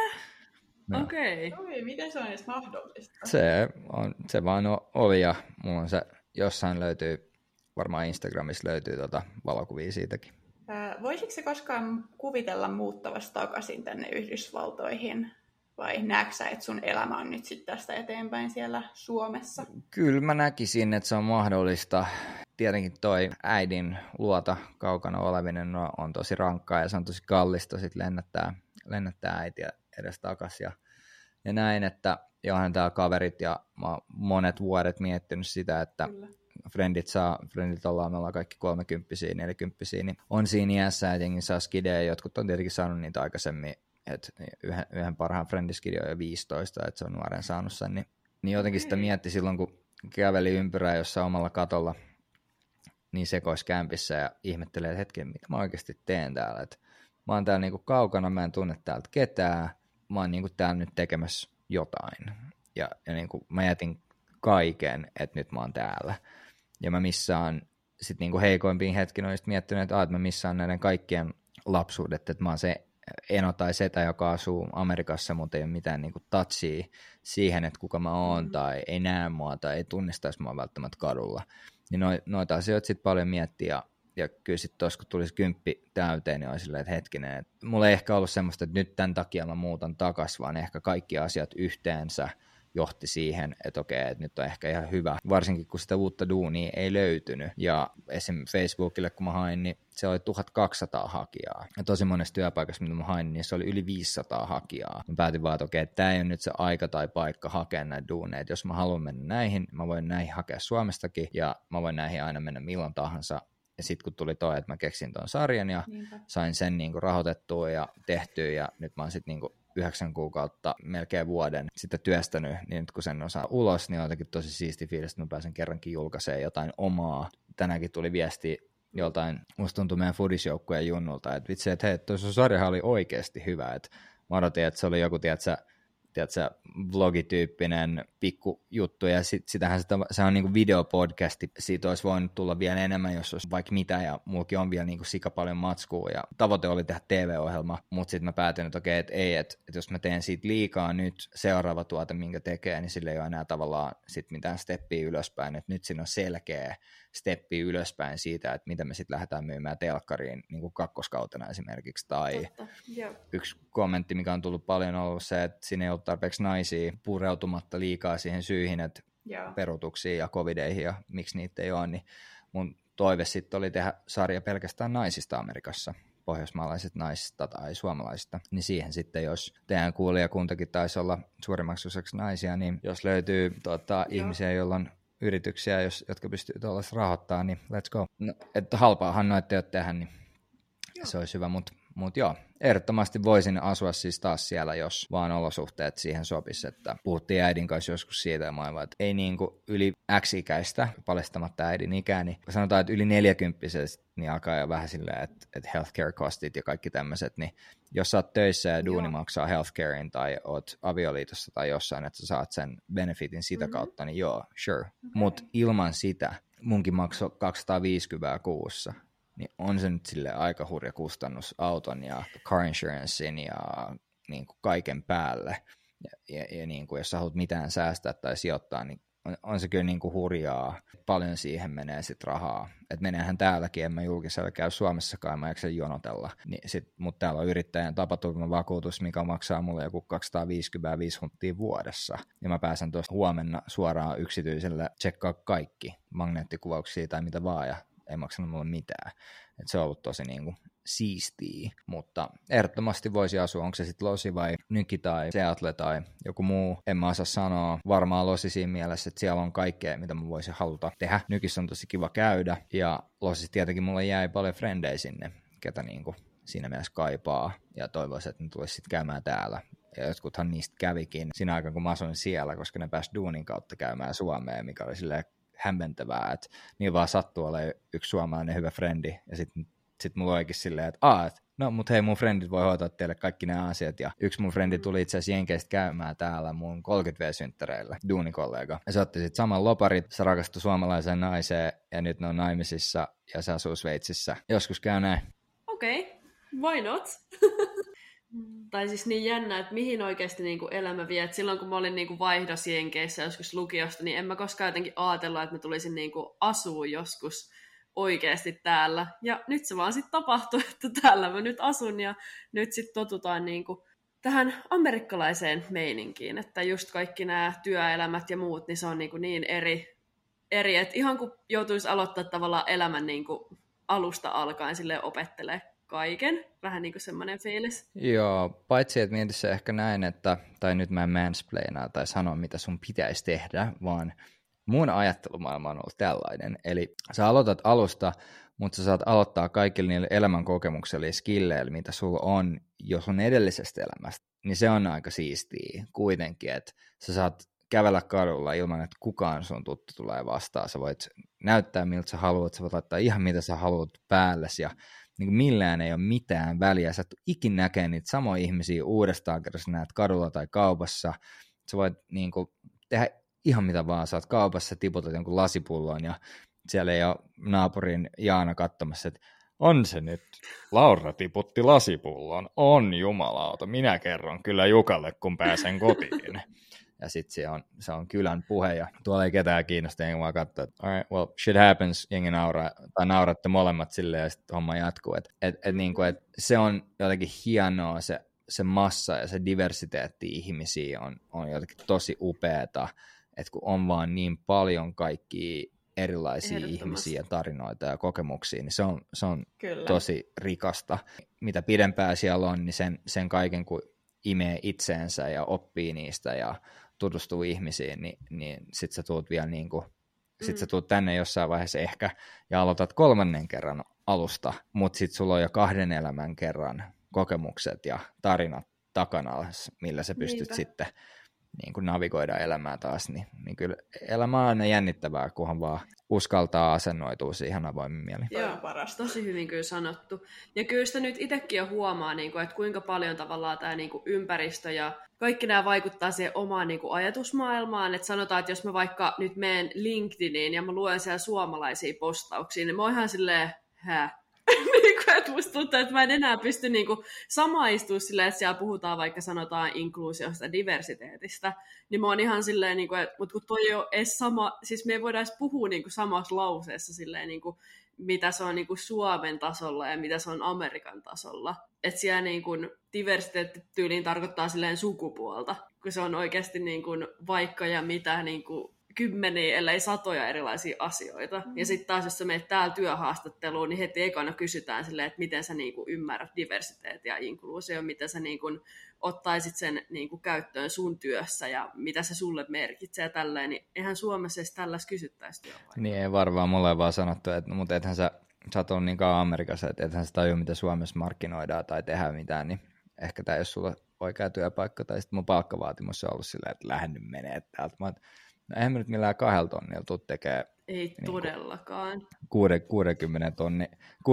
S2: No.
S1: Okei. Okay.
S3: Miten se on edes mahdollista?
S2: Se, on, se vaan oli ja mulla on se jossain löytyy, varmaan Instagramissa löytyy tota valokuvia siitäkin.
S3: Ää, voisitko se koskaan kuvitella muuttavasi takaisin tänne Yhdysvaltoihin? Vai näetkö sä, että sun elämä on nyt sitten tästä eteenpäin siellä Suomessa?
S2: Kyllä mä näkisin, että se on mahdollista. Tietenkin toi äidin luota kaukana olevinen on tosi rankkaa ja se on tosi kallista sit lennättää, lennättää äitiä edes takaisin. Ja, ja näin, että johan täällä kaverit ja mä oon monet vuodet miettinyt sitä, että Kyllä. Friendit saa, friendit ollaan, me ollaan kaikki kolmekymppisiä, nelikymppisiä, niin on siinä iässä, että jengi saa skidejä, jotkut on tietenkin saanut niitä aikaisemmin, että yhden, yhden parhaan friendiskidin on jo viisitoista, että se on nuoren saanut sen, niin, niin jotenkin sitä mietti silloin, kun käveli ympyrää jossain omalla katolla, niin sekoiskämpissä ja ihmettelee, että hetken, mitä mä oikeasti teen täällä, että mä oon täällä niinku kaukana, mä en tunne täältä ketään, mä oon niinku täällä nyt tekemässä jotain, ja, ja niinku mä jätin kaiken, että nyt mä oon täällä. Ja mä missään sit niinku heikoimpiin hetkin olen miettinyt, että, että mä missään näiden kaikkien lapsuudet, että mä oon se eno tai setä, joka asuu Amerikassa, mutta ei ole mitään niinku touchia siihen, että kuka mä oon, mm. tai ei näe mua, tai ei tunnistaisi mua välttämättä kadulla. Niin noita asioita sitten paljon miettii, ja, ja kyllä sitten tuossa, kun tulisi kymppi täyteen, niin olisi silleen, että hetkinen, että mulla ei ehkä ollut semmoista, että nyt tämän takia mä muutan takaisin, vaan ehkä kaikki asiat yhteensä johti siihen, että okei, että nyt on ehkä ihan hyvä, varsinkin kun sitä uutta duunia ei löytynyt. Ja esim. Facebookille, kun mä hain, niin se oli tuhatkaksisataa hakijaa. Ja tosi monessa työpaikassa, mitä mä hain, niin se oli yli viisisataa hakijaa. Mä päätin vaan, että okei, että tämä ei ole nyt se aika tai paikka hakea näitä duuneita. Jos mä haluan mennä näihin, mä voin näihin hakea Suomestakin, ja mä voin näihin aina mennä milloin tahansa. Ja sitten kun tuli toi, että mä keksin ton sarjan, ja Niinpä. sain sen niinku rahoitettua ja tehtyä, ja nyt mä oon sitten niinku yhdeksän kuukautta, melkein vuoden sitä työstänyt, niin nyt kun sen osaa ulos, niin on jotenkin tosi siisti fiilis, että mä pääsen kerrankin julkaisemaan jotain omaa. Tänäänkin tuli viesti joltain, musta tuntuu meidän foodisjoukkueen junnulta, että vitsi, että hei, toi sun sarjahan oli oikeasti hyvä, että mä odotin, että se oli joku, tiedätkö, tiedätkö, vlogityyppinen pikku juttu, ja sit, sitähän sitä, se on niinku videopodcasti, siitä olisi voinut tulla vielä enemmän, jos olisi vaikka mitä, ja mullakin on vielä niinku sika paljon matskua, ja tavoite oli tehdä T V-ohjelma, mutta sitten mä päätin, että okei, että ei, että, että jos mä teen siitä liikaa nyt, seuraava tuote, minkä tekee, niin sillä ei ole enää tavallaan sit mitään steppiä ylöspäin, että nyt siinä on selkeä steppi ylöspäin siitä, että miten me sitten lähdetään myymään telkkariin niin kuin kakkoskautena esimerkiksi, tai yep. yksi kommentti, mikä on tullut paljon, on ollut se, että siinä ei ollut tarpeeksi naisia pureutumatta liikaa siihen syihin, että yeah. perutuksiin ja covideihin ja miksi niitä ei ole, niin mun toive sitten oli tehdä sarja pelkästään naisista Amerikassa, pohjoismaalaiset naisista tai suomalaisista, niin siihen sitten, jos teidän kuulijakuntakin taisi olla suurimmaksi osaksi naisia, niin jos löytyy tota, ihmisiä, joilla on yrityksiä, jos, jotka pystyy tuollaista rahoittamaan, niin let's go. No, että halpaahan noita ei ole tehdä, niin joo. Se olisi hyvä, mutta mut joo, ehdottomasti voisin asua siis taas siellä, jos vaan olosuhteet siihen sopisi, että puhuttiin äidin kanssa joskus siitä, ja mä että ei niin kuin yli X-ikäistä, paljastamatta äidin ikää, niin sanotaan, että yli neljäkymppisestä niin alkaa jo vähän silleen, että, että healthcare costit ja kaikki tämmöiset, niin jos sä oot töissä ja duuni joo. maksaa healthcarein tai oot avioliitossa tai jossain, että sä saat sen benefitin sitä mm-hmm. kautta, niin joo, sure. Okay. Mutta ilman sitä munkin maksoi kaksisataaviisikymmentä kuussa. Niin on se nyt sille aika hurja kustannus auton ja car insurancein ja niin kuin kaiken päälle. Ja, ja, ja niin kuin jos sä haluat mitään säästää tai sijoittaa, niin on, on se kyllä niin kuin hurjaa. Paljon siihen menee sit rahaa. Että meneehän täälläkin, en mä julkisella käy Suomessakaan, mä jaksa jonotella. Niin sit, mutta täällä on yrittäjän tapaturmavakuutus, mikä maksaa mulle joku kaksisataaviisikymmentäviisi hunttia vuodessa. Ja mä pääsen tuosta huomenna suoraan yksityiselle tsekkaa kaikki magneettikuvauksia tai mitä vaan, ja ei maksanut mulle mitään. Et se on ollut tosi niinku siistiä, mutta ehdottomasti voisi asua, onko se sitten Losi vai Nyki tai Seattle tai joku muu, en mä osaa sanoa. Varmaan Losi siinä mielessä, että siellä on kaikkea, mitä mä voisin haluta tehdä. Nykissä on tosi kiva käydä, ja Losissa tietenkin mulle jäi paljon frendejä sinne, ketä niinku siinä mielessä kaipaa, ja toivoisin, että ne tulisi sitten käymään täällä. Ja jotkuthan niistä kävikin siinä aikaan, kun mä asuin siellä, koska ne pääsi duunin kautta käymään Suomeen, mikä oli silleen hämmentävää, että niin vaan sattuu olemaan yksi suomalainen hyvä frendi, ja sitten sit mulla olikin silleen, että aah, et, no mut hei, mun frendit voi hoitaa teille kaikki nämä asiat, ja yksi mun frendi tuli itse asiassa Jenkeistä käymään täällä mun kolmekymmentä vuotias-synttäreillä, duunikollega, ja se otti sitten saman loparit, se rakastui suomalaiseen naiseen, ja nyt ne on naimisissa, ja se asuu Sveitsissä. Joskus käy näin.
S1: Okei, okay. Why not? Tai siis niin jännä, että mihin oikeasti niinku elämä vie. Et silloin kun mä olin niinku vaihdossa Jenkeissä joskus lukiosta, niin en mä koskaan jotenkin ajatella, että mä tulisin niinku asua joskus oikeasti täällä. Ja nyt se vaan sitten tapahtui, että täällä mä nyt asun ja nyt sitten totutaan niinku tähän amerikkalaiseen meininkiin. Että just kaikki nämä työelämät ja muut, niin se on niinku niin eri, eri että ihan kun joutuisi aloittaa tavallaan elämän niinku alusta alkaen silleen opettelee kaiken. Vähän niin kuin semmoinen fiilis.
S2: Joo, paitsi että mieti se ehkä näin, että, tai nyt mä en mansplainaa tai sano, mitä sun pitäisi tehdä, vaan mun ajattelumaailma on ollut tällainen. Eli sä aloitat alusta, mutta sä saat aloittaa kaikille niille elämänkokemuksille ja skilleille, mitä sulla on jo sun edellisestä elämästä. Niin se on aika siistiä kuitenkin, että sä saat kävellä kadulla ilman, että kukaan sun tuttu tulee vastaan. Sä voit näyttää, miltä sä haluat, sä voit laittaa ihan mitä sä haluat päällesi ja niin kuin millään ei ole mitään väliä. Sä et ikin näkee niitä samoja ihmisiä uudestaan, kun sä näet kadulla tai kaupassa. Sä voit niin kuin tehdä ihan mitä vaan. Sä oot kaupassa, tiputat jonkun lasipullon ja siellä ei ole naapurin Jaana katsomassa, että on se nyt. Laura tiputti lasipullon. On jumalauta. Minä kerron kyllä Jukalle, kun pääsen kotiin. Ja sitten se on, se on kylän puhe, ja tuolla ei ketään kiinnosta, jengi vaan katsoo, että all right, well, shit happens, jengi nauraa, tai nauratte molemmat silleen, ja sitten homma jatkuu. Et, et, et, niinku, et se on jotenkin hienoa, se, se massa ja se diversiteetti ihmisiä on, on jotenkin tosi upeata, että kun on vaan niin paljon kaikkia erilaisia ihmisiä, tarinoita ja kokemuksia, niin se on, se on tosi rikasta. Mitä pidempään siellä on, niin sen, sen kaiken, kun imee itseensä ja oppii niistä ja tutustuu ihmisiin, niin, niin sit sä tuut vielä niin kuin, mm. sit sä tuut tänne jossain vaiheessa ehkä ja aloitat kolmannen kerran alusta, mutta sit sulla on jo kahden elämän kerran kokemukset ja tarinat takana, millä sä pystyt Niinpä. sitten niin kuin navigoida elämää taas, niin, niin kyllä elämä on aina jännittävää, kunhan vaan uskaltaa asennoitua siihen avoimin mieli.
S1: Joo, parasta. Tosi hyvin kyllä sanottu. Ja kyllä sitä nyt itsekin jo huomaa, että kuinka paljon tavallaan tämä ympäristö ja kaikki nämä vaikuttaa siihen omaan ajatusmaailmaan. Että sanotaan, että jos mä vaikka nyt menen LinkedIniin ja mä luen siellä suomalaisia postauksia, niin mä oon ihan silleen, hä? Että musta tuntuu, että mä en enää pysty niinku samaistumaan silleen, että siellä puhutaan vaikka sanotaan inkluusiosta ja diversiteetistä, niin mä oon ihan silleen, niinku, että mut kun toi ei ole edes sama, siis me ei voida edes puhua niinku samassa lauseessa silleen, niinku, mitä se on niinku Suomen tasolla ja mitä se on Amerikan tasolla. Että siellä niinku diversiteettityyliin tarkoittaa silleen sukupuolta, kun se on oikeasti niinku vaikka ja mitä niinku kymmeniä, ellei satoja erilaisia asioita. Mm. Ja sitten taas, jos sä menet täällä työhaastatteluun, niin heti ekana kysytään silleen, että miten sä niinku ymmärrät diversiteettiä ja inkluusio, miten sä niinku ottaisit sen niinku käyttöön sun työssä ja mitä se sulle merkitsee ja tälleen, niin eihän Suomessa edes tällaista kysyttäisi työpaikkaa.
S2: Niin ei varmaan, mulle vaan sanottu, että mutta ethän sä, sä oot ollut niin kauan Amerikassa, että ethän sä tajua, mitä Suomessa markkinoidaan tai tehdään mitään, niin ehkä tämä ei ole sulle oikea työpaikka, tai sitten mun palkkavaatimus on ollut silleen, että lähden nyt menee täältä. Mä oon, no eihän mä nyt millään kahdella tonnilla tuu tekee
S1: ei niin todellakaan.
S2: kuusikymmentä, tonni,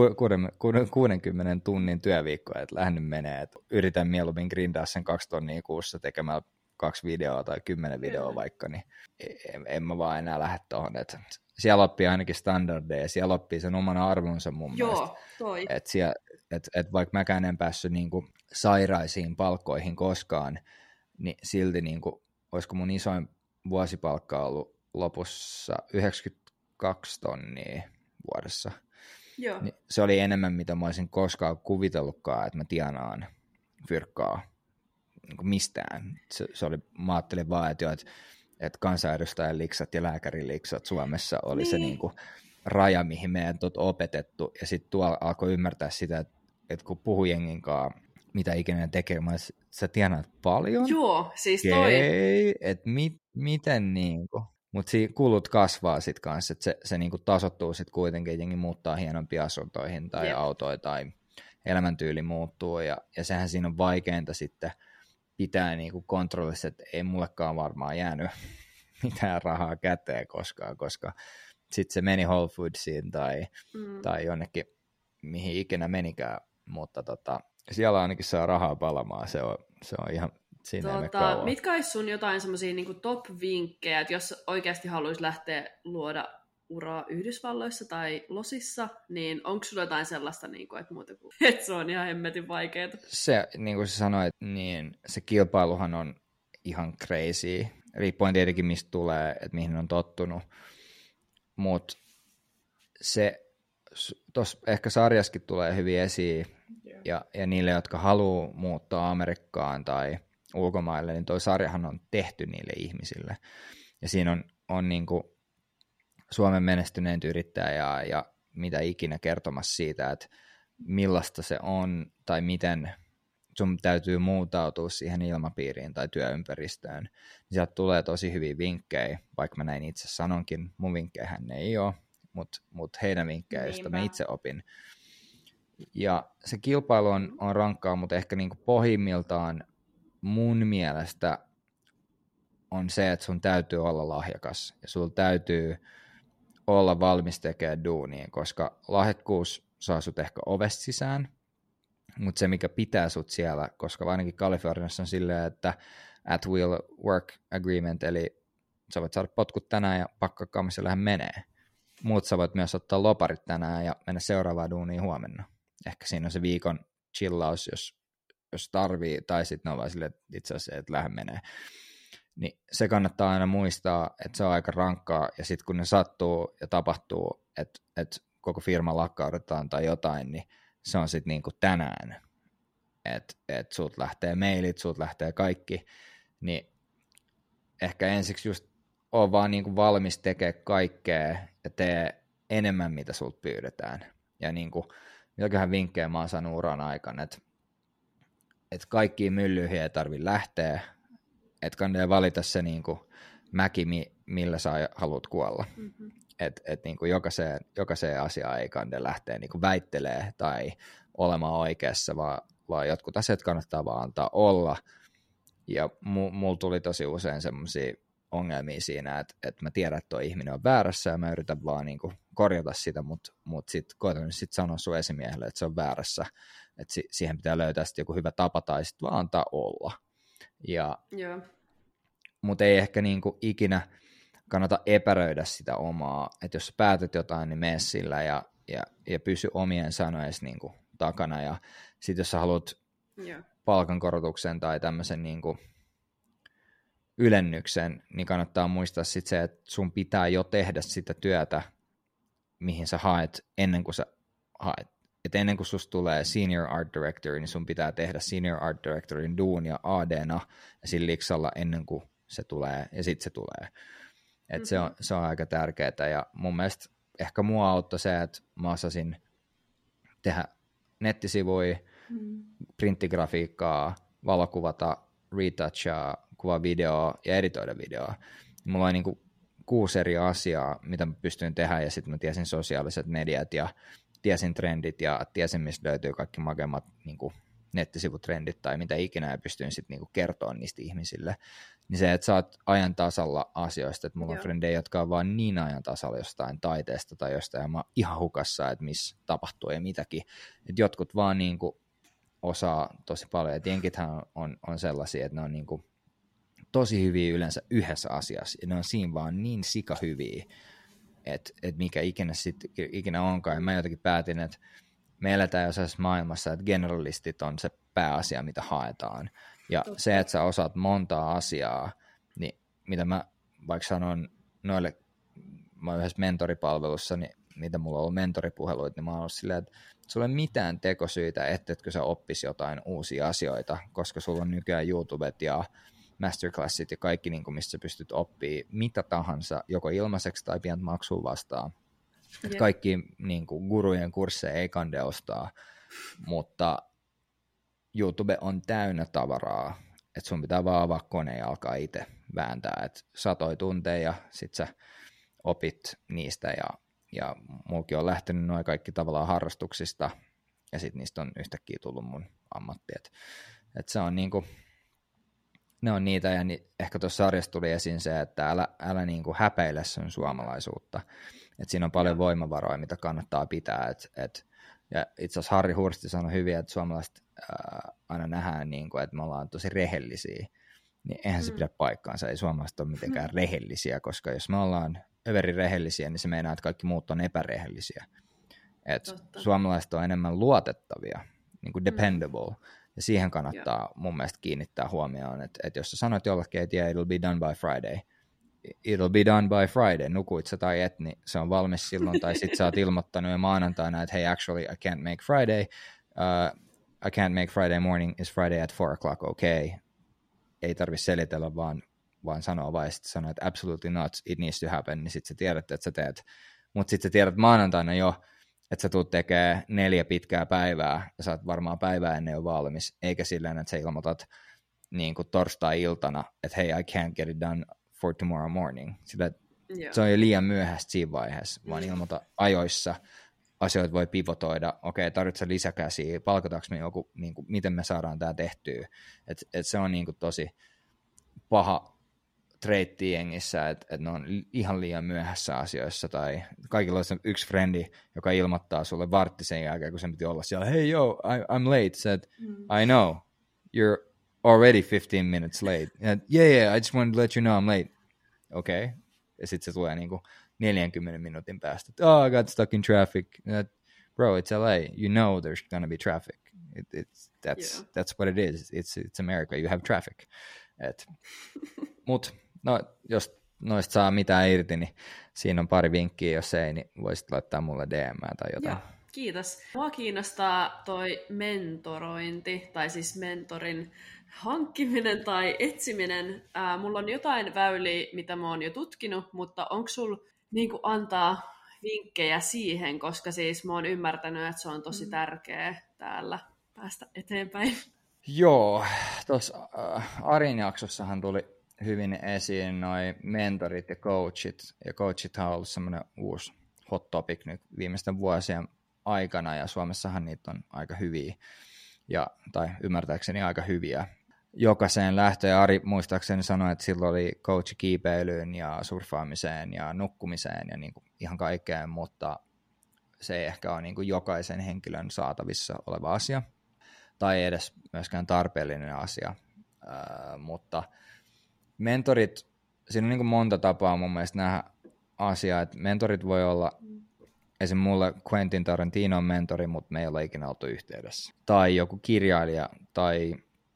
S2: kuusikymmentä tunnin työviikkoa, että lähden nyt menee, että yritän mieluummin grindaa sen kaksi tonnia kuussa tekemällä kaksi videoa tai kymmenen videoa vaikka, niin en, en mä vaan enää lähde tuohon. Että siellä oppii ainakin standardeja, siellä oppii sen oman arvonsa mun
S1: Joo,
S2: mielestä.
S1: toi.
S2: Että et, et vaikka mäkään en päässyt niinku sairaisiin palkkoihin koskaan, niin silti niinku, olisiko mun isoin vuosipalkka ollut lopussa yhdeksänkymmentäkaksi tonnia vuodessa.
S1: Joo.
S2: Niin se oli enemmän, mitä mä olisin koskaan kuvitellutkaan, että mä tienaan fyrkkaa niin kuin mistään. Se, se oli, mä ajattelin vaan, että, jo, että, että kansanedustajan liksat ja lääkärin liksat Suomessa oli niin. se niin kuin raja, mihin meidän on opetettu. Ja sitten tuolla alkoi ymmärtää sitä, että, että kun puhuu jengin kanssa, mitä ikinä tekee, mä olisin, sä tienaat paljon.
S1: Joo, siis toi.
S2: Okei, että mit, miten niin kuin. Mutta kulut kasvaa sitten kanssa, että se, se niinku tasoittuu sitten kuitenkin, jengi muuttaa hienompiin asuntoihin tai yep. autoja tai elämäntyyli muuttuu ja, ja sehän siinä on vaikeinta sitten pitää niinku kontrollissa, että ei mullekaan varmaan jäänyt mitään rahaa käteen koskaan, koska sitten se meni Whole Foodsiin tai, mm. tai jonnekin, mihin ikinä menikään, mutta tota, siellä ainakin saa rahaa palamaan, se on, se on ihan...
S1: Tota, mitkä olisi sun jotain semmoisia niin top-vinkkejä, että jos oikeasti haluaisi lähteä luoda uraa Yhdysvalloissa tai Losissa, niin onko sulla jotain sellaista, niin kuin, että muuta kuin, että se on ihan hemmetin vaikeaa?
S2: Se, niin kuin sä sanoit, niin se kilpailuhan on ihan crazy, riippuen tietenkin mistä tulee, että mihin on tottunut, mutta se, tuossa ehkä sarjaskin tulee hyvin esiin, yeah. ja, ja niille, jotka haluaa muuttaa Amerikkaan tai ulkomaille, niin toi sarjahan on tehty niille ihmisille. Ja siinä on, on niin kuin Suomen menestyneet yrittäjä ja, ja mitä ikinä kertomassa siitä, että millaista se on tai miten sun täytyy muutautua siihen ilmapiiriin tai työympäristöön. Sieltä tulee tosi hyviä vinkkejä, vaikka mä näin itse sanonkin, mun vinkkejähän ne ei ole, mutta mut heidän vinkkejä, joista mä itse opin. Ja se kilpailu on, on rankkaa, mutta ehkä niin kuin pohjimmiltaan mun mielestä on se, että sun täytyy olla lahjakas ja sulla täytyy olla valmis tekemään duunia, koska lahjakkuus saa sut ehkä ovesta sisään, mutta se mikä pitää sut siellä, koska ainakin Kaliforniassa on silleen, että at will work agreement, eli sä voit saada potkut tänään ja pakkakaamisella menee, mutta sä voit myös ottaa loparit tänään ja mennä seuraavaan duuniin huomenna. Ehkä siinä on se viikon chillaus, jos jos tarvii, tai sitten ne on vaan silleen, että itse asiassa, että lähde menee. Niin se kannattaa aina muistaa, että se on aika rankkaa, ja sitten kun ne sattuu ja tapahtuu, että, että koko firma lakkautetaan tai jotain, niin se on sitten niin kuin tänään. Että et sulta lähtee mailit, sulta lähtee kaikki, niin ehkä ensiksi just ole vaan niin kuin valmis tekemään kaikkea ja tee enemmän, mitä sulta pyydetään. Ja niin kuin, mitäköhän vinkkejä mä oon saanut uran aikana, että että kaikkiin myllyihin ei tarvitse lähteä, että kannattaa valita se niin kuin mäki, millä sä haluat kuolla. Mm-hmm. Että et niin kuin jokaiseen, jokaiseen asiaan ei kannata lähteä niin kuin väittelee tai olemaan oikeassa, vaan, vaan jotkut asiat kannattaa vaan antaa olla. Ja mu, mulla tuli tosi usein semmoisia ongelmia siinä, että, että mä tiedän, että tuo ihminen on väärässä ja mä yritän vaan niin kuin korjata sitä, mutta mut sitten koitan sitten sanoa sun esimiehelle, että se on väärässä. Että si- siihen pitää löytää sitten joku hyvä tapa tai sitten vaan antaa olla. Ja,
S1: yeah.
S2: Mutta ei ehkä niinku ikinä kannata epäröidä sitä omaa. Että jos sä päätät jotain, niin mene sillä ja, ja, ja pysy omien sanojes niinku takana. Ja sitten jos sä haluat
S1: yeah.
S2: palkankorotuksen tai tämmöisen niinku ylennyksen, niin kannattaa muistaa sitten se, että sun pitää jo tehdä sitä työtä, mihin sä haet ennen kuin sä haet. Että ennen kuin susta tulee senior art director, niin sun pitää tehdä senior art directorin duunia A D:na ja sillä liksalla ennen kuin se tulee, ja sitten se tulee. Et se, on, se on aika tärkeää ja mun mielestä ehkä mua auttoi se, että mä osasin tehdä nettisivuja, mm. printtigrafiikkaa, valokuvata, retouchaa, kuvaa videoa ja editoida videoa. Mulla oli niinku kuusi eri asiaa, mitä mä pystyin tehdä ja sitten mä tiesin sosiaaliset mediat ja tiesin trendit ja tiesin, mistä löytyy kaikki makemmat niinku nettisivutrendit tai mitä ikinä ja pystyin sitten niinku kertoa niistä ihmisille. Niin se, että sä oot ajan tasalla asioista, että mulla Joo. on frendejä, jotka on vaan niin ajan tasalla jostain taiteesta tai jostain ja mä oon ihan hukassa, että missä tapahtuu ja mitäkin. Että jotkut vaan niinku osaa tosi paljon, että jenkithän on, on, on sellaisia, että ne on niinku tosi hyviä yleensä yhdessä asiassa ja ne on siinä vaan niin sika hyviä, että, että mikä ikinä, sit, ikinä onkaan. Ja mä jotenkin päätin, että me eletään jossain maailmassa, että generalistit on se pääasia, mitä haetaan. Ja Totta. se, että sä osaat montaa asiaa, niin mitä mä vaikka sanon noille, mä oon yhdessä mentoripalvelussa, niin mitä mulla on ollut mentoripuheluita, niin mä oon ollut silleen, että sulla ei mitään tekosyitä, ettetkö sä oppisi jotain uusia asioita, koska sulla on nykyään YouTubet ja masterclassit ja kaikki, niin kuin, mistä sä pystyt oppimaan mitä tahansa, joko ilmaiseksi tai pientä maksua vastaan. Yep. Kaikki niin kuin, gurujen kursseja ei kande ostaa, mutta YouTube on täynnä tavaraa, että sun pitää vaan avaa kone ja alkaa itse vääntää, että satoi tunteja ja sit sä opit niistä ja, ja mulkin on lähtenyt noin kaikki tavallaan harrastuksista ja sit niistä on yhtäkkiä tullut mun ammatti, että et se on niinku, ne on niitä ja ni, ehkä tuossa sarjassa tuli esiin se, että älä, älä niinku häpeile sun suomalaisuutta, että siinä on paljon ja. voimavaroja, mitä kannattaa pitää, et, et, ja itse asiassa Harri Hursti sanoi hyvin, että suomalaiset ää, aina nähdään, niin kuin, että me ollaan tosi rehellisiä, niin eihän se mm. pidä paikkaansa, ei suomalaiset ole mitenkään mm. rehellisiä, koska jos me ollaan överin rehellisiä, niin se meinaa, että kaikki muut on epärehellisiä. Et suomalaiset on enemmän luotettavia, niin kuin dependable, mm. ja siihen kannattaa yeah. mun mielestä kiinnittää huomioon, että, että jos sä sanot jollekin, että yeah, it'll be done by Friday, it'll be done by Friday, nukuit sä tai et, niin se on valmis silloin, tai sit sä oot ilmoittanut jo maanantaina, että hey, actually, I can't make Friday, uh, I can't make Friday morning, is Friday at four o'clock, okay. Ei tarvitse selitellä, vaan, vaan sanoa vai sitten sanoa, että absolutely not, it needs to happen, niin sit sä tiedät, että sä teet. Mutta sit sä tiedät maanantaina jo, että sä tulet tekemään neljä pitkää päivää, ja sä oot varmaan päivää ennen jo valmis, eikä silleen, että sä ilmoitat niin kuin torstai-iltana, että hey, I can't get it done for tomorrow morning. Sillä yeah. se on jo liian myöhäistä siinä vaiheessa, vaan mm. ilmoita ajoissa. Asioita voi pivotoida, okei, okay, tarvitsetko lisäkäsiä, palkataanko me joku, niin kuin, miten me saadaan tämä tehtyä. Et, et se on niin kuin, tosi paha treitti jengissä, että et ne on ihan liian myöhässä asioissa, tai kaikilla on yksi frendi, joka ilmoittaa sulle vartti sen jälkeen, kun sen piti olla siellä, hey yo, I, I'm late, said, mm. I know, you're already fifteen minutes late. And, yeah, yeah, I just wanted to let you know I'm late. Okay. Ja sitten se tulee niinku neljänkymmenen minuutin päästä. Oh, I got stuck in traffic. That, bro, it's L A. You know there's gonna be traffic. It, it's, that's, yeah. that's what it is. It's, it's America. You have traffic. Et, mut, no, jos noista saa mitään irti, niin siinä on pari vinkkiä. Jos ei, niin voisit laittaa mulle D M tai jotain.
S1: Joo, kiitos. Mua kiinnostaa toi mentorointi, tai siis mentorin hankkiminen tai etsiminen. Ää, mulla on jotain väyliä, mitä mä oon jo tutkinut, mutta onko sul niinku antaa vinkkejä siihen, koska siis mä oon ymmärtänyt, että se on tosi mm. tärkeää täällä päästä eteenpäin.
S2: Joo, tuossa äh, Arin jaksossahan tuli hyvin esiin noi mentorit ja coachit, ja coachithan on ollut semmoinen uusi hot topic nyt viimeisten vuosien aikana, ja Suomessahan niitä on aika hyviä, ja, tai ymmärtääkseni aika hyviä. Jokaiseen lähtöön, ja Ari muistaakseni sanoi, että silloin oli coachi kiipeilyyn ja surffaamiseen ja nukkumiseen ja niin kuin ihan kaikkeen, mutta se ei ehkä ole niin kuin jokaisen henkilön saatavissa oleva asia, tai edes myöskään tarpeellinen asia, äh, mutta mentorit, siinä on niin kuin monta tapaa mun mielestä nähdä asiaa, että mentorit voi olla, esim. Mulle Quentin Tarantino on mentori, mutta me ei ole ikinä oltu yhteydessä. Tai joku kirjailija tai